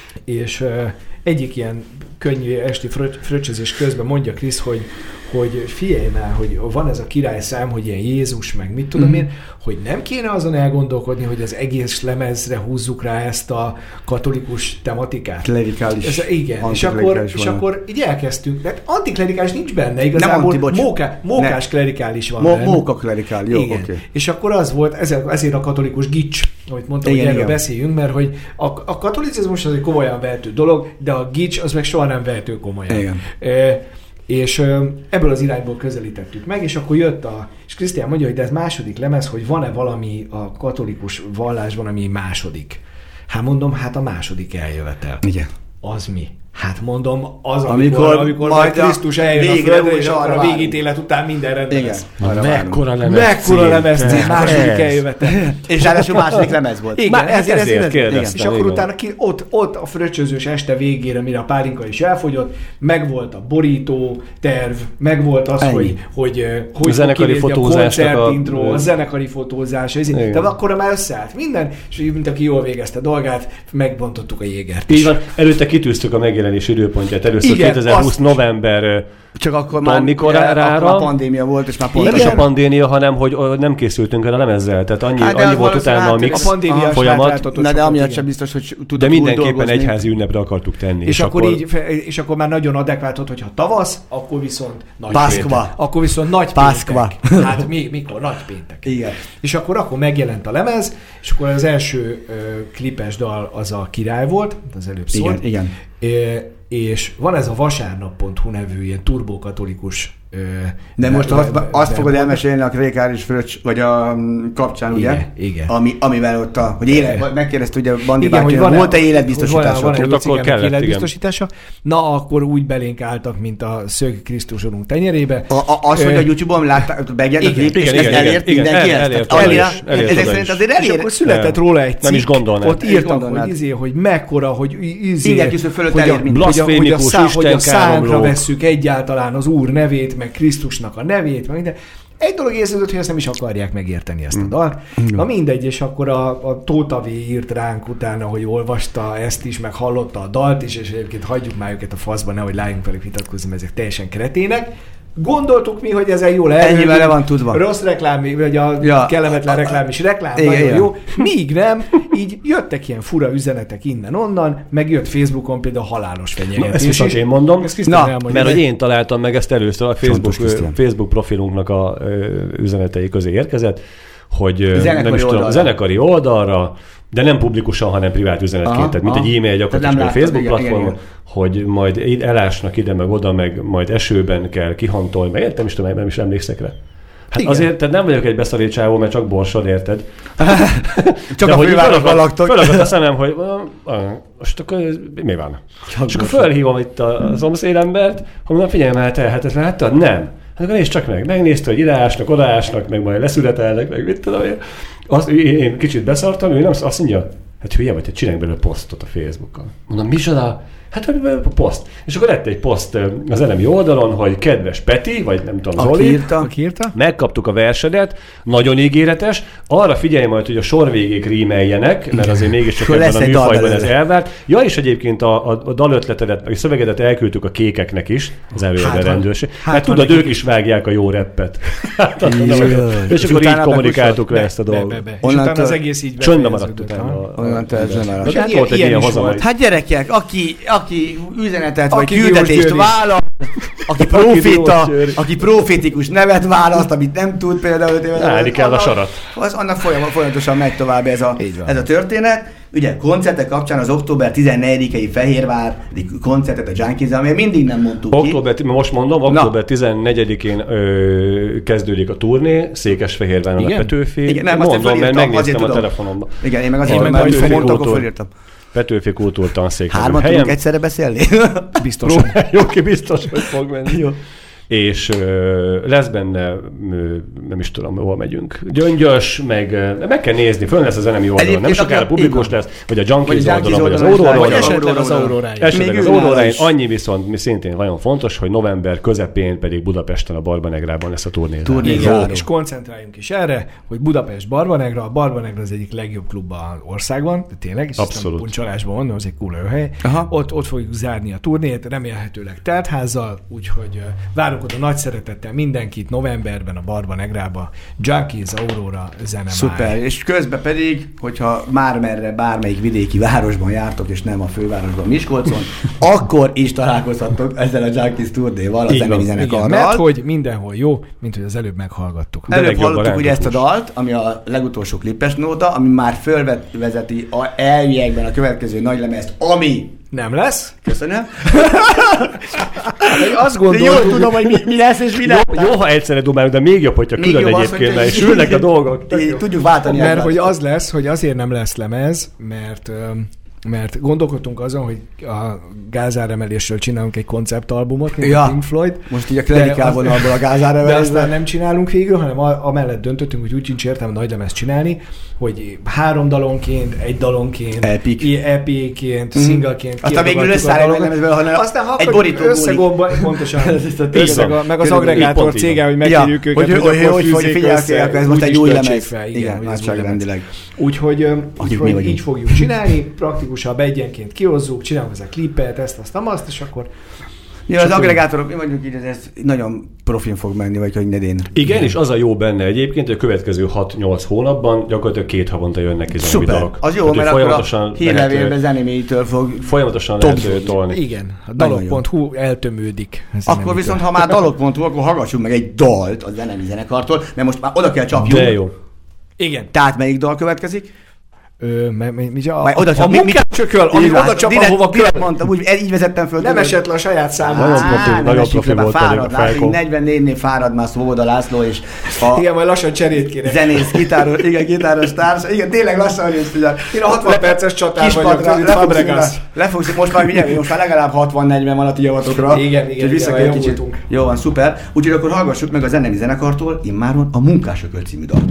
S5: És uh, egyik ilyen könnyű esti fröccsözés közben mondja Krisz, hogy hogy figyelj már, hogy van ez a királyszám, hogy ilyen Jézus, meg mit tudom mm. én, hogy nem kéne azon elgondolkodni, hogy az egész lemezre húzzuk rá ezt a katolikus tematikát.
S3: Klerikális.
S5: Ez, igen, és akkor, és akkor így elkezdtünk. De antiklerikális nincs benne, igazából anti, móká, mókás ne. klerikális van
S3: Mo- Móka klerikál, jó, oké. Okay.
S5: És akkor az volt, ezért a katolikus gics, amit mondtam, igen, hogy erről igen. beszéljünk, mert hogy a, a katolicizmus az egy komolyan vehető dolog, de a gics az meg soha nem vehető komolyan.
S3: Igen.
S5: E, és ö, ebből az irányból közelítettük meg, és akkor jött a... És Krisztián mondja, hogy de ez második lemez, hogy van-e valami a katolikus vallásban, ami második? Hát mondom, hát a második eljövetel.
S3: Igen.
S5: Az mi? Hát mondom, az, amikor, amikor, amikor majd Krisztus eljön a földre, és akkor a végítélet után minden rendben lesz.
S2: Mekkora lemez.
S5: Mekkora lemez, második eljövetel.
S3: És ráadásul második lemez volt.
S5: Igen, ezért, ezért kérdeztem. És akkor utána ki, ott, ott a fröccsözős este végére, mire a pálinka is elfogyott, megvolt a borító terv, megvolt az, Ennyi. hogy hogy hogy
S2: zenekari fotózásnak
S5: a koncertintro, a zenekari fotózás, de akkor már összeállt minden, és mint aki jól végezte dolgát, megbontottuk a jégert.
S2: Így van, előtte kitűztük a megjelenés időpontját. Először igen, kétezer-húsz november
S3: csak akkor már a pandémia volt, és már pont
S2: nem is a pandémia, hanem hogy nem készültünk el a lemezzel. Tehát annyi, hát annyi volt utána a mix a folyamat.
S3: Na, de amiatt sem biztos, hogy tudok
S2: de mindenképpen egyházi ünnepre akartuk tenni.
S5: És, és, akkor így, és akkor már nagyon adekvát volt, hogyha tavasz, akkor viszont nagy
S3: Pászkva.
S5: péntek. Akkor viszont nagy
S3: Pászkva.
S5: péntek. Hát mi, mikor? Nagy péntek.
S3: Igen.
S5: És akkor, akkor megjelent a lemez, és akkor az első uh, klipes dal az a Király volt, az előbb szólt.
S3: Igen, igen.
S5: és van ez a vasárnap pont hu nevű ilyen turbokatolikus Ö,
S3: de most
S5: de,
S3: azt,
S5: de,
S3: azt
S5: de,
S3: fogod
S5: de,
S3: elmesélni a Krékár és Fröccs, vagy a kapcsán, ugye?
S5: Igen, igen.
S3: Ami, amivel ott a, hogy élet, megkérdezte ugye Bandi
S5: igen,
S3: bátyja,
S5: van
S3: volt-e életbiztosítása?
S5: Van, van, van
S2: akkor kellett,
S5: életbiztosítása. Na, akkor úgy belénk álltak, mint a szög Krisztusonunk tenyerébe.
S3: A, a, az, hogy a YouTube-on látták, megjelent a klip, és
S2: igen,
S3: ez
S2: igen,
S3: elért
S2: igen,
S3: mindenki
S2: el-
S3: ezt?
S2: elért
S3: Tehát
S2: oda
S3: elért-
S2: is, elért
S3: Ezek
S2: oda
S3: szerint
S2: is.
S3: azért
S5: És
S3: elér.
S5: akkor született
S2: Nem.
S5: róla egy cikk.
S2: Nem is gondolnád.
S5: Ott írtak,
S3: gondolnád.
S5: hogy, izé, hogy mekkora, hogy izé,
S3: Igen, kis, hogy fölött
S5: hogy a,
S3: elér mindent.
S5: hogy a, hogy a,
S2: Blaszfémikus,
S5: szá, hogy a szánkra
S2: istenkáromló.
S5: vesszük egyáltalán az Úr nevét, meg Krisztusnak a nevét, meg minden. Egy dolog érződött, hogy ezt nem is akarják megérteni ezt a dalt. Na mindegy, és akkor a, a Tóta V írt ránk utána, hogy olvasta ezt is, meg hallotta a dalt is, és egyébként hagyjuk már őket a faszba, nehogy lájunk velük vitatkozni, mert ezek teljesen kretének. Gondoltuk mi, hogy ezen jól el.
S3: Ennyivel le van tudva.
S5: Rossz reklám, vagy a
S3: Ja.
S5: kellemetlen reklám is reklám,
S3: Igen,
S5: nagyon
S3: igen.
S5: jó. Míg nem, így jöttek ilyen fura üzenetek innen-onnan, meg jött Facebookon például halálos
S2: Na,
S5: fenyegetés.
S2: ezt viszont
S5: is.
S2: én mondom,
S5: Ezt Krisztián
S3: Na,
S5: elmondja.
S2: mert hogy én találtam meg ezt először, a Facebook,
S3: Csontos Krisztián.
S2: Facebook profilunknak a ö, üzenetei közé érkezett, hogy ö,
S3: Zenekari
S2: nem is tudom,
S3: oldalra.
S2: zenekari oldalra, de nem publikusan, hanem privát üzenetként,
S3: Aha,
S2: tehát mint
S3: aha.
S2: egy e-mail gyakorlatilag
S3: Tehát
S2: a
S3: nem
S2: Facebook
S3: láttad, igen,
S2: platformon,
S3: igen,
S2: hogy majd id- elásnak ide, meg oda, meg majd esőben kell kihantolni, meg értem is tudom, nem is emlékszek rá. Hát
S5: Igen.
S2: azért, tehát nem vagyok egy beszarít csávó, mert csak borsod, érted?
S3: Csak
S2: De
S3: a
S2: hogy
S3: fővárosban
S2: fölakadt-
S3: laktok.
S2: Fölakadt a szemem, hogy ah, ah, most akkor ez mi van?
S3: Csak
S2: És akkor
S3: borsod.
S2: fölhívom itt a szomszédembert, hogy mondom, figyelj már, te, hát ezt láttad? Nem. Hát akkor nézd csak meg. Megnézte, hogy ideásnak, odaásnak, meg majd leszületelnek, meg mit tudom én. Azt, én kicsit beszartam, ő nem azt mondja, hát hülye vagy, te csinálj belőle posztot a Facebookon. Mondom, micsoda? Hát a poszt. És akkor lett egy poszt az elemi oldalon, hogy kedves Peti, vagy nem tudom,
S3: Aki
S2: Zoli,
S3: írta.
S5: Aki írta?
S2: megkaptuk a versedet, nagyon ígéretes, arra figyelj majd, hogy a sor végéig rímeljenek, mert azért mégiscsak
S3: Akkor
S2: ebben
S3: lesz
S2: a
S3: egy dal
S2: műfajban ez
S3: belőle.
S2: elvárt. Ja, és egyébként a, a, a dalötletedet, meg a szövegedet elküldtük a kékeknek is, az előadó
S5: Hát van-
S2: rendőrség.
S5: hát
S2: Hát
S5: van
S2: tudod,
S5: nekik
S2: ők is vágják a jó reppet. Hát,
S3: Jaj.
S2: és
S3: És
S2: akkor így
S3: utána
S2: kommunikáltuk le
S5: Be,
S2: ezt a
S5: be, be,
S2: dolgot.
S5: be. És
S3: Onnantól
S5: utána az egész így
S2: Csöndbe maradt
S5: befejeződött,
S2: utána.
S5: ha?
S2: a-
S3: Onnantól ez nem maradt.
S2: Meg
S5: Hát
S2: hát
S5: ilyen-
S2: volt egy
S5: ilyen
S2: ilyen
S5: is
S2: hazamai.
S5: volt.
S3: Hát gyerekek, aki, aki üzenetet vagy
S5: Aki
S3: küldetést
S5: Diós Győri.
S3: vállal, aki profita,
S2: Diós Győri.
S3: aki profétikus nevet választ, amit nem tud például. öt évvel
S2: Állni kell a
S3: annak-
S2: sarat.
S3: Az, annak folyam, folyamatosan megy tovább ez a,
S5: Így van.
S3: ez a történet. Ugye koncertek kapcsán az október tizennegyedikei Fehérvári koncertet a Junkies, amely mindig nem mondtuk ki.
S2: Október, most mondom, október tizennegyedikén ö, kezdődik a turné, Székesfehérváron a
S5: Igen?
S2: Petőfi.
S3: Igen, nem, azt én
S2: mondom, mert
S3: fölírtam, azért
S2: megnéztem a
S3: tudom.
S2: telefonomban.
S3: Igen, én meg azért,
S2: Én
S3: mert
S2: meg
S3: már
S2: Petőfi
S3: mondta, akkor
S2: kultúr.
S3: fölírtam.
S2: Petőfi kultúrtanszék. nevű
S3: Hárman
S2: helyen.
S3: tudunk egyszerre beszélni?
S5: Biztosan.
S2: Jó, ki biztos, hogy fog menni.
S3: Jó.
S2: És ö, lesz benne, ö, nem is tudom, hol megyünk. Gyöngyös, meg ö, meg kell nézni, föl lesz a zenemi oldalon. Nem
S3: Egyébként
S2: sokára
S3: akkor-
S2: publikus
S3: így van.
S2: lesz, vagy a Junkies
S3: Vagy a Junkies
S2: oldalon, vagy az
S3: oldalon is
S2: Aurora
S3: lesz,
S5: Vagy
S3: vagy
S2: oldalon.
S5: esetleg az
S3: Aurora.
S5: Auróráig.
S2: Esetleg
S3: Még
S2: az
S3: ő nála
S2: Auroráin,
S3: is.
S2: annyi viszont mi szintén nagyon fontos, hogy november közepén pedig Budapesten a Barbanegrában lesz a turné.
S3: Turné.
S5: Jó,
S3: Záró.
S5: és koncentráljunk is erre, hogy Budapest Barbanegra, a Barbanegra az egyik legjobb klub az országban, de tényleg, és ezt nem
S2: Abszolút.
S5: puncsolásban mondom, az egy cool hely.
S3: Aha.
S5: Ott, ott fogjuk zárni a turnét, remélhetőleg teltházzal, úgyhogy uh, várunk oda nagy szeretettel mindenkit novemberben a Barbanegrába, Junkies, Aurora, zene
S3: Szuper, és közben pedig, hogyha már merre bármelyik vidéki városban jártok, és nem a fővárosban, Miskolcon, akkor is találkozhattok ezzel a Junkies turnéval, a
S2: Így van.
S3: zenei
S5: Igen, mert
S3: zenekarral.
S5: hogy mindenhol jó, mint hogy az előbb meghallgattuk.
S2: De
S3: Előbb
S2: legjobb a
S3: hallottuk ugye ezt a
S2: rántós.
S3: dalt, ami a legutolsó klippes nóta, ami már fölvezeti a elviekben a következő nagylemezt, ami...
S5: Nem lesz?
S3: Köszönöm.
S5: Azt
S3: De jól
S5: gondoltuk,
S3: tudom, hogy mi, mi lesz és mi
S2: Jó,
S3: lesz.
S2: jó, ha egyszerre dumálunk, de még jobb, hogyha
S3: Még
S2: külön
S3: jobb az,
S2: egyébként,
S3: hogy-
S2: mert és ülnek a dolgok. Tök
S3: Így
S2: jó.
S3: Tudjuk váltani
S5: mert
S3: egymást.
S5: hogy az lesz, hogy azért nem lesz lemez, mert öm, mert gondolkodtunk azon, hogy a gázáremelésről csinálunk egy konceptalbumot, mint
S3: Ja.
S5: a Pink Floyd.
S3: Most így a klerikálvonalból a gázára
S5: De aztán nem csinálunk végül, hanem a- amellett döntöttünk, hogy úgy sincs értelme nagy lemezt csinálni, hogy három dalonként, egy dalonként,
S3: Epic.
S5: i- é pé-ként,
S3: Mhm.
S5: szingleként.
S3: Aztán végül
S5: kiadogatjuk a
S3: összeáll egy
S5: dalokat.
S3: lemezből, hanem
S5: Aztán ha
S3: egy
S5: akarjuk,
S3: borító múlik.
S5: összegomba, pontosan.
S3: Ez is a
S5: Összeg,
S3: tényleg.
S5: a- meg az
S3: Körülbelül
S5: agregátor
S2: pont így
S5: cége,
S2: van.
S5: hogy megkérjük őket,
S3: hogy, hogy, hogy,
S5: akkor
S3: hogy, hogy
S5: fűzzék
S3: figyelj,
S5: össze,
S3: ez most
S5: úgy
S3: egy
S5: is
S3: új
S5: töltsék
S3: lemez.
S5: fel,
S3: Igen,
S5: hogy ez új
S3: nagyságrendileg.
S5: Úgyhogy, öm,
S3: Akik mi
S5: úgyhogy
S3: vagyunk.
S5: így fogjuk csinálni, praktikusabb egyenként kihozzuk, csinálunk ezzel klipet, ezt, azt, azt, és akkor
S3: Ja, az
S5: Csak
S3: agregátorok, mi mondjuk így, ez- ez nagyon profin fog menni, vagy hogy nedén.
S2: Igen, és az a jó benne egyébként, hogy a következő hat-nyolc hónapban gyakorlatilag két havonta jönnek ki zenemi
S3: Szuper,
S2: dalok.
S3: az jó,
S2: Tehát, hogy
S3: mert akkor a
S2: folyamatosan
S3: hírlevélben
S2: lehet,
S3: zenéméitől fog...
S2: folyamatosan
S3: Topzódni.
S2: lehet tolni.
S5: igen, a
S3: Nagyon
S5: dalok pont hu eltömődik. Ez
S3: Akkor
S5: nem
S3: viszont,
S5: igaz.
S3: ha már dalok pont hú, akkor hallgassunk meg egy dalt a zenei zenekartól, mert most már oda kell csapjunk.
S2: De jó.
S5: Igen.
S3: Tehát melyik dal következik?
S5: Ö, me, me, mi, a,
S3: oda
S5: a munkácsököl, ami oda csap, ahova kell.
S3: Mondtam, úgy így vezettem föl.
S5: Nem esett le a saját számot.
S2: Nagyon profi, nagyon profi volt pedig a Fejko.
S3: negyvennégynél fárad már Svoboda László, és a
S5: igen, majd lassan cserét kéne.
S3: Zenész, gitáros, igen, gitáros társ. Igen, tényleg lassan jössz, ugye. Én a hatvan
S5: perces csatár vagyok, mint Fabregas.
S3: Lefogsz, most már mindjárt, most már legalább hatvan-negyven van a ti javatokra.
S5: Igen, igen,
S3: vissza kell kicsit. Jó van, szuper. Úgyhogy akkor hallgassuk meg a zenei zenekartól immáron a Munkásököl című dalt.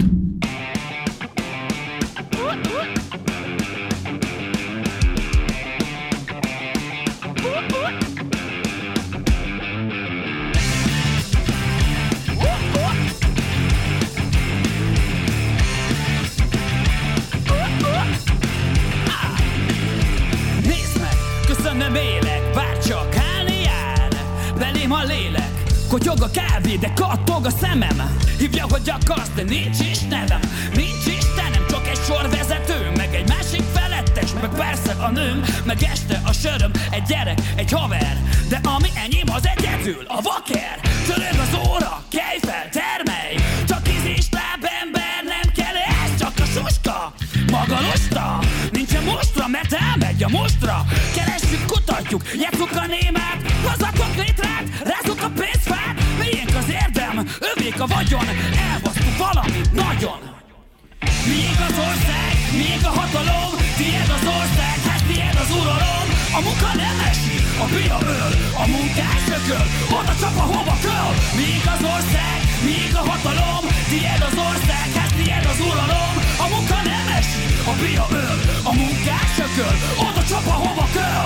S4: Kotyog a kávé, de kattog a szemem. Hívja, hogy akarsz, de nincs is nevem. Nincs Istenem, csak egy sorvezető, meg egy másik felettes, meg persze a nőm, meg este a söröm, egy gyerek, egy haver. De ami enyém, az egyedül a vaker. Csörög az óra, kelj fel, termelj. Csak ízés láb ember, nem kell ez, csak a suska. Maga lusta, nincsen mostra, mert elmegy a mostra. Keressük, kutatjuk, játsszuk a némát. Hozatok létrát, rázzuk a pénzfát. Miénk az érdem, övék a vagyon. Elbasztuk valamit nagyon. Miénk az ország, miénk a hatalom. Tied az ország, hát tied az uralom. A munka nem esik, a bia öl. A munkás ököl, oda csap ahova köl. Miénk az ország, miénk a hatalom. Tied az ország, hát tied az uralom. A munka nem esik, a bia öl. A munkás ököl, oda csap ahova köl.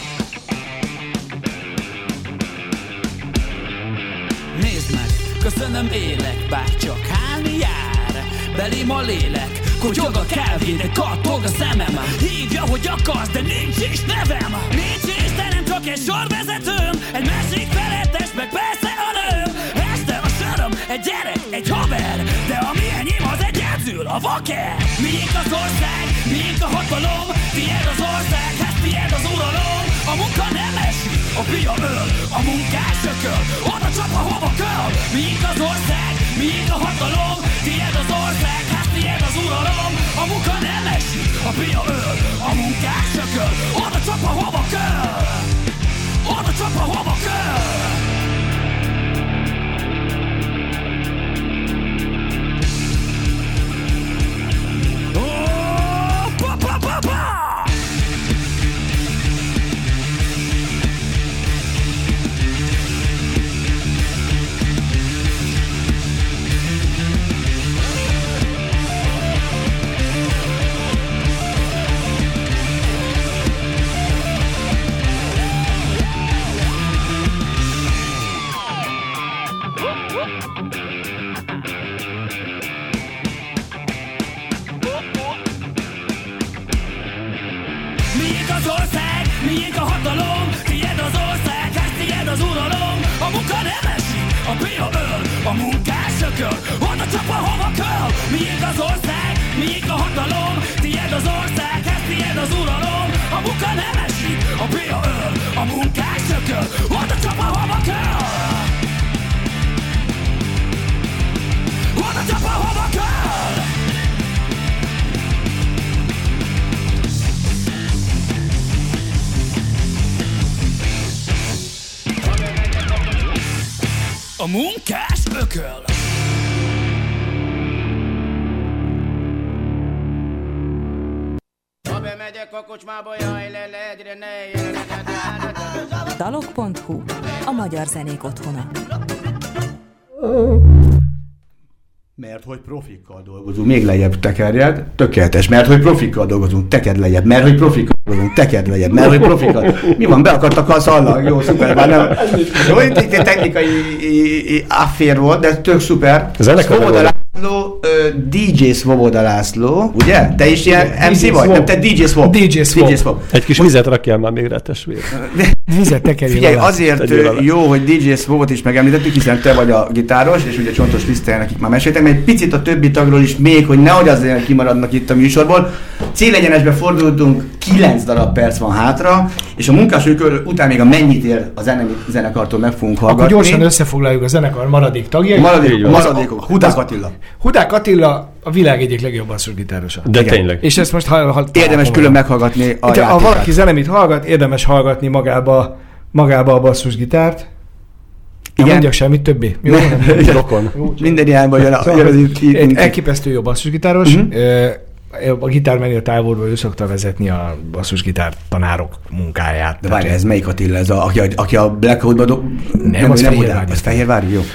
S4: Nézd meg, köszönöm élek, bár csak hálni jár. Belém a lélek, kotyog a kávé, de kattog a szemem. Hívja, hogy akarsz, de nincs is nevem. Nincs is, de nem csak egy sorvezetőm. Egy másik felettes, meg persze a nőm. Este a söröm, egy gyerek, egy haver. De ami enyém, az egyedül a vaker. Miénk az ország, miénk a hatalom. Tied az ország, hát tied az uralom. A munka nem esik, a pia öl. A munkás ököl, oda csap ahova köl. Miénk az ország, miénk a hatalom. Tied az ország, hát tied az uralom. A munka nem esik, a pia öl. A munkás ököl, oda csap ahova köl. Oda csap ahova köl. Oh, pa, pa, pa, pa. Miénk az ország, miénk a hatalom. Tied az ország, hát tied az uralom. A munka nem esik, a pia öl. A munkás ököl, oda csap ahova köl. Miénk az ország, miénk a hatalom. Tied az ország, hát tied az uralom. A munka nem esik, a pia öl. A munkás ököl, oda csap ahova köl. Oda csap ahova köl. A munkás ököl.
S8: Ha bemegyek a kocsmába, jaj, le, le, egyre ne,
S6: dalok pont hu, a magyar zenék otthona.
S3: Mert hogy profikkal dolgozunk, még lejjebb tekerjed, tökéletes, mert hogy profikkal dolgozunk, teked lejjebb, mert hogy profikkal dolgozunk, teked lejjebb, mert hogy profikkal. Mi van, beakadtak a szallag, jó, szuper, már nem. Jó, itt egy technikai affér volt, de tök szuper. Svoboda László, dé dzsé Svoboda László, ugye? Te is ilyen em cé vagy? Nem, te dé dzsé Svob.
S5: dé dzsé Svob.
S2: Egy kis vizet rakjál már még rá, testvér.
S5: Vizet tekerjél.
S3: Figyelj, azért jó, hogy dé dzsé Svobot is megemlítettük, hiszen te vagy a gitáros, és ugye Csontos Krisztián, akik már meséltek, mert egy picit a többi tagról is még, hogy nehogy azért kimaradnak itt a műsorból. Célegyenesbe fordultunk, kilenc darab perc van hátra, és a munkásököl után még a mennyit ér a zene, zenekartól meg fogunk hallgatni.
S5: Akkor gyorsan összefoglaljuk a zenekar maradék tagjait.
S3: Maradék, maradékok. Hudák Attila.
S5: Hudák Attila a világ egyik legjobb basszusgitárosa.
S2: De igen. Tényleg.
S5: És ezt most ha, ha,
S3: érdemes külön meghallgatni a
S5: Ha valaki zenemit hallgat, érdemes hallgatni magába, magába a basszusgitárt. Nem mondjak semmit többé. Jó,
S3: ne, rokon. Minden irányban jön, jön az itt.
S5: Egy elképesztő jó basszusgitáros. Uh-huh. A gitármenő távolból ő szokta vezetni a basszusgitár tanárok munkáját.
S3: De várj, ez melyik Attila? Ez a, aki, aki a Blackoutba do...
S5: Nem, nem, az Fehérvári.
S3: Az Fehérvári? Jó.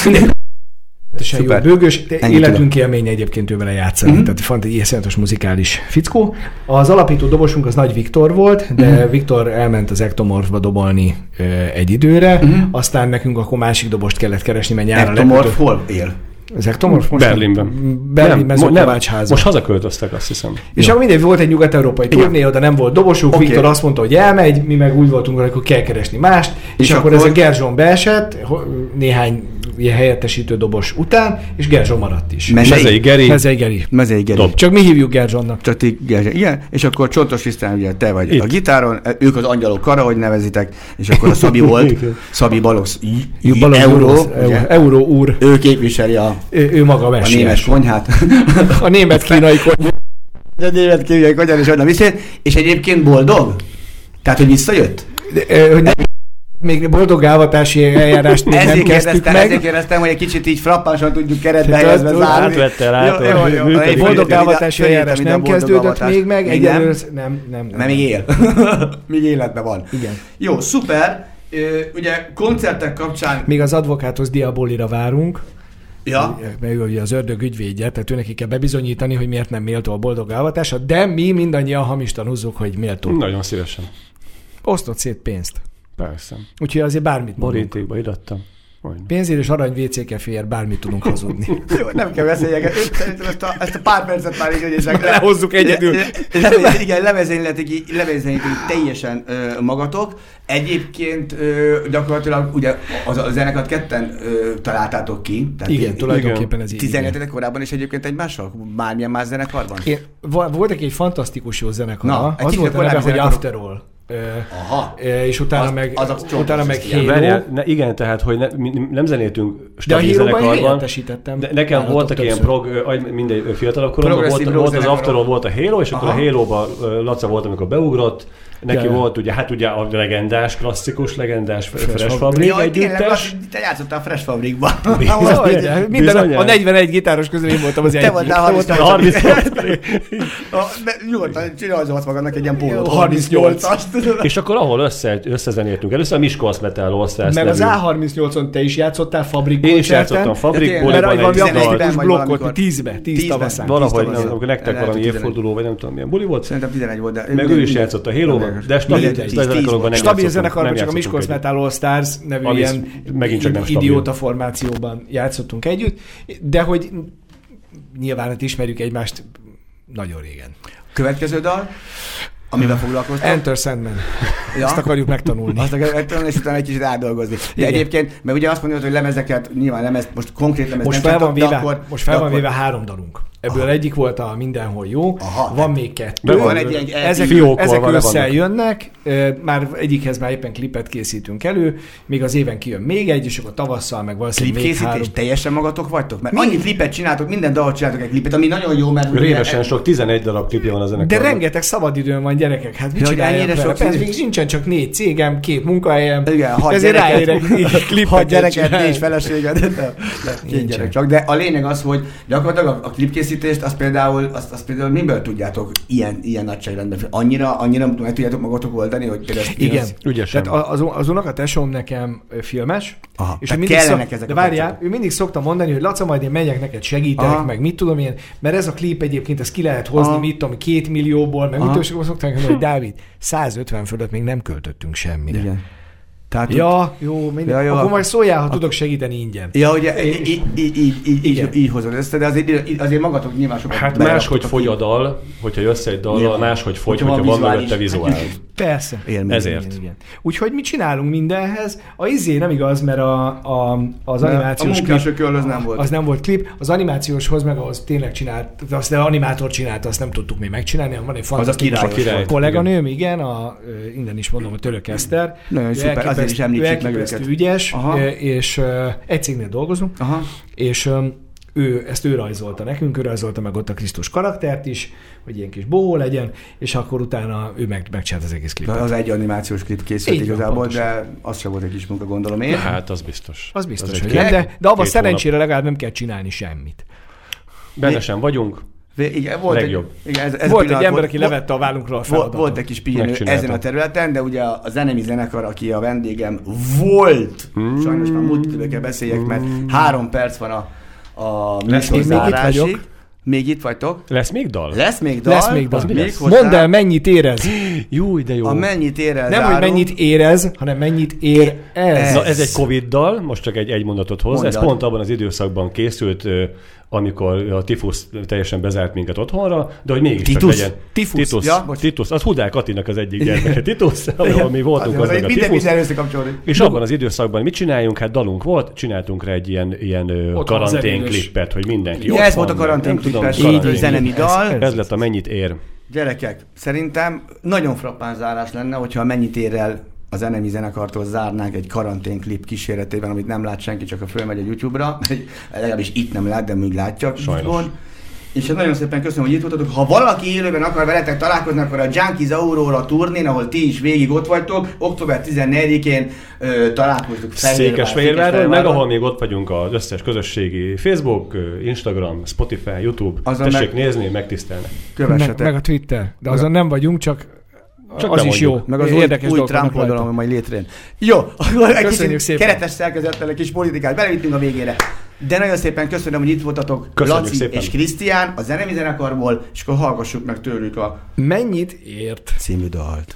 S5: Jó, bőgös, életünk élménye egyébként ő vele játszani. Uh-huh. Tehát font egy iszonyatos muzikális fickó. Az alapító dobosunk az Nagy Viktor volt, de uh-huh. Viktor elment az Ectomorphba dobolni ö, egy időre, uh-huh. aztán nekünk akkor másik dobost kellett keresni, mert nyára
S3: Ectomorph hol él?
S5: Az Ectomorph most
S2: Berlinben.
S5: Berlin mezőkovácsházban.
S2: Most hazaköltöztek, azt hiszem.
S5: És akkor mindegy, volt egy nyugat-európai turné, oda nem volt dobosuk, okay. Viktor azt mondta, hogy elmegy, mi meg úgy voltunk, hogy akkor kell keresni mást, és, és akkor, akkor ez a Gerzson beesett, néhány ilyen helyettesítő dobos után, és Gerzson maradt is.
S2: Mezei Geri.
S5: Mezei Geri.
S3: Mezei Geri.
S5: Csak mi hívjuk Gerzsonnak.
S3: Csak ti Gerzson. Igen, és akkor Csontos István, ugye te vagy itt a gitáron, ők az angyalok kara, hogy nevezitek, és akkor a Szabi volt, Szabi Balox, Euró,
S5: Euró úr.
S3: Ő képviseli a,
S5: ő, ő maga a
S3: a német konyhát.
S5: A német-kínai konyhát.
S3: A német-kínai konyhát, és onnan visszajött, és egyébként boldog? Tehát, hogy visszajött?
S5: De, hogy nem, még boldog álvatási eljárást még nem kezdtük meg.
S3: Ezért kérdeztem, hogy egy kicsit így frappánsan tudjuk keretbe helyezve zárni.
S2: Átvette rá.
S5: Boldog álvatási eljárás nem kezdődött még meg. Egyelőre nem, nem.
S3: Mert még él. Még életben van.
S5: Igen.
S3: Jó, szuper. Ugye koncertek kapcsán...
S5: Még az Advocatus Diabolira várunk.
S3: Ja.
S5: Mert ő ugye az ördög ügyvédje, tehát ő neki kell bebizonyítani, hogy miért nem méltó a boldog álvatása, de mi mindannyian hamistan húzzuk, hogy méltó.
S2: Nagyon szívesen.
S5: Osztott szét pénzt.
S2: Persze.
S5: Úgyhogy azért bármit mondunk.
S2: Borítékba irattam.
S5: Pénzért és arany vé cé keféért bármit tudunk hazudni.
S3: Jó, nem kell beszéljek. Ezt a, ezt a pár percet már így, hogy
S5: lehozzuk egyedül.
S3: Le, igen, levezényletik, levezényletik teljesen ö, magatok. Egyébként ö, gyakorlatilag ugye az, a zenekart ketten ö, találtátok ki.
S5: Tehát igen, tulajdonképpen ez így.
S3: tizenhetedik korában is egyébként egymással? Bármilyen más zenekarban?
S5: Én, voltak egy fantasztikus jó zenekar. Az volt a neve, hogy After All.
S3: Aha.
S5: És utána
S3: az,
S5: meg,
S3: az
S5: utána meg Halo.
S2: Várjál, ne, igen, tehát, hogy ne, nem zenéltünk
S5: stabil zenekarban. De,
S2: de nekem voltak ilyen prog, mindegy fiatalabb koromban, volt, volt az Afteron, volt a Halo, és aha. akkor a Halo-ba Laca volt, amikor beugrott. Neki ja, volt ugye, hát ugye a legendás, klasszikus, legendás Fresh, Fresh Fabrik ja, együttes.
S3: Te játszottál a Fresh Fabrikban.
S5: Minden a negyvenegy gitáros közül én voltam az egyik.
S3: Te voltál harmincnyolc. Nyugodtan csinálhatsz magadnak egy ilyen pólót. harmincnyolcast.
S2: És akkor ahol össze, összezenéltünk először, a Miskolc Metal All Stars.
S5: Meg az á harmincnyolcon te is játszottál Fabrik
S2: koncerten. Én is játszottam Fabrik
S5: Mert valami blokkot, tízbe, tíz tavaszán.
S2: Valahogy, amikor nektek valami évforduló, vagy nem tudom milyen buli volt.
S3: Szerintem tizenegy volt, de...
S2: Meg ő is játszott a Halo-ban. De stabil zenekarokban nem
S5: Stabil zenekarban csak a Miskolc Metal All Stars nevű Alice, ilyen idióta formációban játszottunk együtt, de hogy nyilván hát ismerjük egymást nagyon régen.
S3: Következő dal, amivel foglalkoztam?
S5: Enter Sandman. Ja. Azt akarjuk megtanulni.
S3: Azt akarjuk megtanulni, és utána egy kicsit átdolgozni. De igen. Egyébként, mert ugye azt mondod, hogy lemezeket, nyilván lemez, most konkrét lemez
S5: most
S3: nem
S5: fel van véve,
S3: akkor,
S5: most fel van
S3: akkor...
S5: véve három dalunk. Ebből aha. egyik volt a Mindenhol jó, aha, van még kettő.
S3: Van egy ilyen,
S5: ezek ezek összejönnek, már egyikhez már éppen klipet készítünk elő, még az éven kijön még egy, és akkor tavasszal meg valószínűleg még három.
S3: Klipkészítés, teljesen magatok vagytok? Mert mi? Annyi klipet csináltok, minden dalt csináltok egy klipet, ami nagyon jó, mert...
S2: Révesen sok, tizenegy darab klipje van a zenekarban.
S5: De rengeteg szabadidőm van, gyerekek, hát mit csináljak vele? Ez még nincsen csak négy cégem, két munkahelyem.
S3: Igen, hat gyereket, hat gyereket, négy feleséged. Két gyerek csak. De a lényeg az, hogy gyakorlatilag a klipkészítést, az például Azt, azt például miből tudjátok ilyen, ilyen nagyságrendben? Annyira, annyira meg tudjátok magatok oldani, hogy például...
S5: Igen,
S2: ügyesen.
S5: Tehát az, az unokatesom nekem filmes,
S3: aha,
S5: és mindig szok, ezek de várjál, ő mindig szokta mondani, hogy Laca, majd én megyek neked segítek, aha, meg mit tudom én, mert ez a klip egyébként ezt ki lehet hozni, aha, mit tudom, két millióból, meg mit tudom, szoktam mondani, hogy Dávid, százötven fölött még nem költöttünk semmire. Igen. Tehát, ja, jó, minden. Ja, jó, akkor majd szóljál, ha a... tudok segíteni ingyen.
S3: Ja, ugye így, így, így, így, így, így hozod ezt, de azért, azért magatok nyilván sokat...
S2: Hát máshogy fogy a dal, hogyha jössz egy dallal, máshogy fogy, hogyha, hogyha van mögötte vizuál.
S5: Persze.
S2: Élmény, ezért. Igen, igen.
S5: Úgyhogy mit csinálunk mindenhez? A izé nem igaz, mert a, a, az animációs
S3: a klip... A nem volt.
S5: Az nem volt klip. Az animációshoz meg az tényleg csinált, azt az animátor csinálta, azt nem tudtuk még megcsinálni, van egy fantasztikus kolléganőm, igen, a, innen is mondom, a Török Eszter.
S3: Nagyon szuper, azért is említsük meg őket.
S5: Ügyes, és egy cégnél dolgozunk, aha, és ő, ezt ő rajzolta nekünk, ő rajzolta meg ott a Krisztus karaktert is, hogy ilyen kis bohó legyen, és akkor utána ő meg, megcsinált az egész klipet.
S3: Az egy animációs klip készült
S5: Így van,
S3: igazából,
S5: pontosan.
S3: de az sem volt egy kis munka, gondolom én.
S2: Hát, az biztos.
S5: Az biztos,
S2: egy
S5: hogy
S2: két-
S5: nem, de, de abban
S2: két
S5: szerencsére legalább nem kell csinálni semmit.
S2: Benne sem vagyunk.
S3: Vé- Igen, volt
S2: Legjobb.
S3: egy, igen, ez, ez
S5: Volt
S3: a
S5: egy ember,
S3: volt-
S5: aki levette a vállunkról a
S3: Volt,
S5: feladatot.
S3: volt egy kis pihenő
S2: Megcsinálta.
S3: ezen a területen, de ugye a zenemi zenekar, aki a vendégem volt, mm. sajnos már múlt időben kell beszéljek, mert három perc van a, a
S2: Lesz
S3: műsor
S5: még itt
S3: zárásig.
S5: vagyok.
S3: Még itt vagytok.
S2: Lesz még dal?
S3: Lesz még dal.
S5: Lesz még dal.
S3: az
S2: Mi
S3: még
S2: lesz?
S3: hozzá.
S5: Mondd el, mennyit érez.
S2: Jó, de jó.
S3: A mennyit ér el
S5: Nem, hogy
S3: záró.
S5: mennyit érez, hanem mennyit ér ez.
S2: Na, ez egy Covid dal, most csak egy, egy mondatot hozzá. Ez
S3: Mondjad.
S2: pont abban az időszakban készült, ö, amikor a tifusz teljesen bezárt minket otthonra, de hogy mégis csak
S3: Titus?
S2: legyen.
S3: Tifusz.
S2: Titus.
S3: Ja, bocs.
S2: Titus. Az Hudák Attinak az egyik gyermeke. Titus, ahol mi voltunk, az meg a
S3: minden,
S2: tifusz.
S3: minden összekapcsolódik.
S2: És abban az időszakban mit csináljunk? Hát dalunk volt, csináltunk rá egy ilyen, ilyen ö,
S5: Ott van az
S2: karanténklippet, hogy mindenki
S3: Ja,
S2: ott
S3: ez
S2: van,
S3: volt a karanténklippes
S2: nem tudom, karantén.
S3: zenemi dal.
S5: Ez-
S2: Ez lett a mennyit ér.
S3: Gyerekek, szerintem nagyon frappán zárás lenne, hogyha mennyit ér el a zenemi zenekartól zárnánk egy karanténklip kíséretében, amit nem lát senki, csak a fölmegy a YouTube-ra. Legalábbis itt nem lát, de még látja.
S2: Sajnos.
S3: Itthon. És hát nagyon szépen köszönöm, hogy itt voltatok. Ha valaki élőben akar veletek találkozni, akkor a Junkies Aurora turnén, ahol ti is végig ott vagytok, október tizennegyedikén ö, találkozunk
S2: Székesfehérváron, meg ahol még ott vagyunk az összes közösségi Facebook, ö, Instagram, Spotify, YouTube.
S3: Azon
S2: Tessék
S3: meg-
S2: nézni, megtisztelni.
S3: Kövessetek.
S5: Meg, meg a Twitter. De azon nem vagyunk, csak,
S2: Csak
S5: az
S2: nem
S5: is
S2: mondjuk.
S5: jó.
S3: Meg az új,
S5: Érdekes
S3: új
S5: dolgok
S3: Trump
S5: vannak
S3: oldalon,
S5: rajta.
S3: majd létrejön. Jó, akkor egy
S5: Köszönjük
S3: kicsit
S5: szépen.
S3: keretes szerkezettel egy kis politikát belevittünk a végére. De nagyon szépen köszönöm, hogy itt voltatok,
S2: Köszönjük
S3: Laci
S2: szépen.
S3: és Krisztián a zenemi zenekarból, és akkor hallgassuk meg tőlük a
S5: Mennyit ért?
S3: című dalt.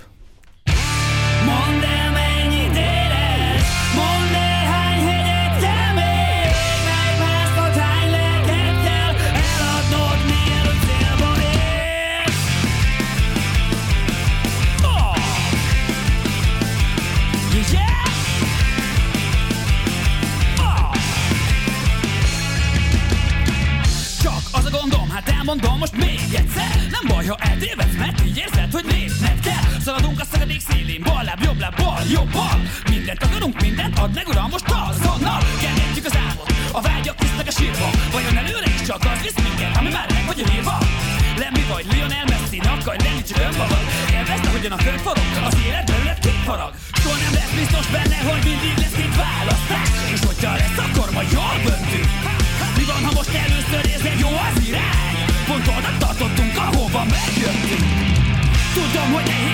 S4: Mondd el, mennyit érez, mondd el, hány hegyet kell még, megmásztad, hány lelket kell eladnod, mielőtt célba érsz. Oh! Yeah! Oh! Csak az a gondom, hát elmondom most még egyszer. Nem baj, ha eltévedsz, mert így érzed, hogy lépned kell. Szaladunk a szakadék szélén, bal láb, jobb láb, bal, jobb, bal. Mindent akarunk, mindent ad meg, uram, most azonnal. Kergetjük az álmot, a vágyak visznek a sírba. Vajon előre is csak az visz minket, ami már meg vagy a hírva? Lemmi vagy Lionel Messi, akarj lenni csak önmagad. Élvezd, ahogyan a föld forog, az élet belőled kifarag. Soha nem lesz biztos benne, hogy mindig lesz két választás. És hogyha lesz, akkor majd jól döntünk. Mi van, ha most először érzed, jó az irány? Pont oda tartottunk, ahova megjöttünk. Tudom, hogy nehéz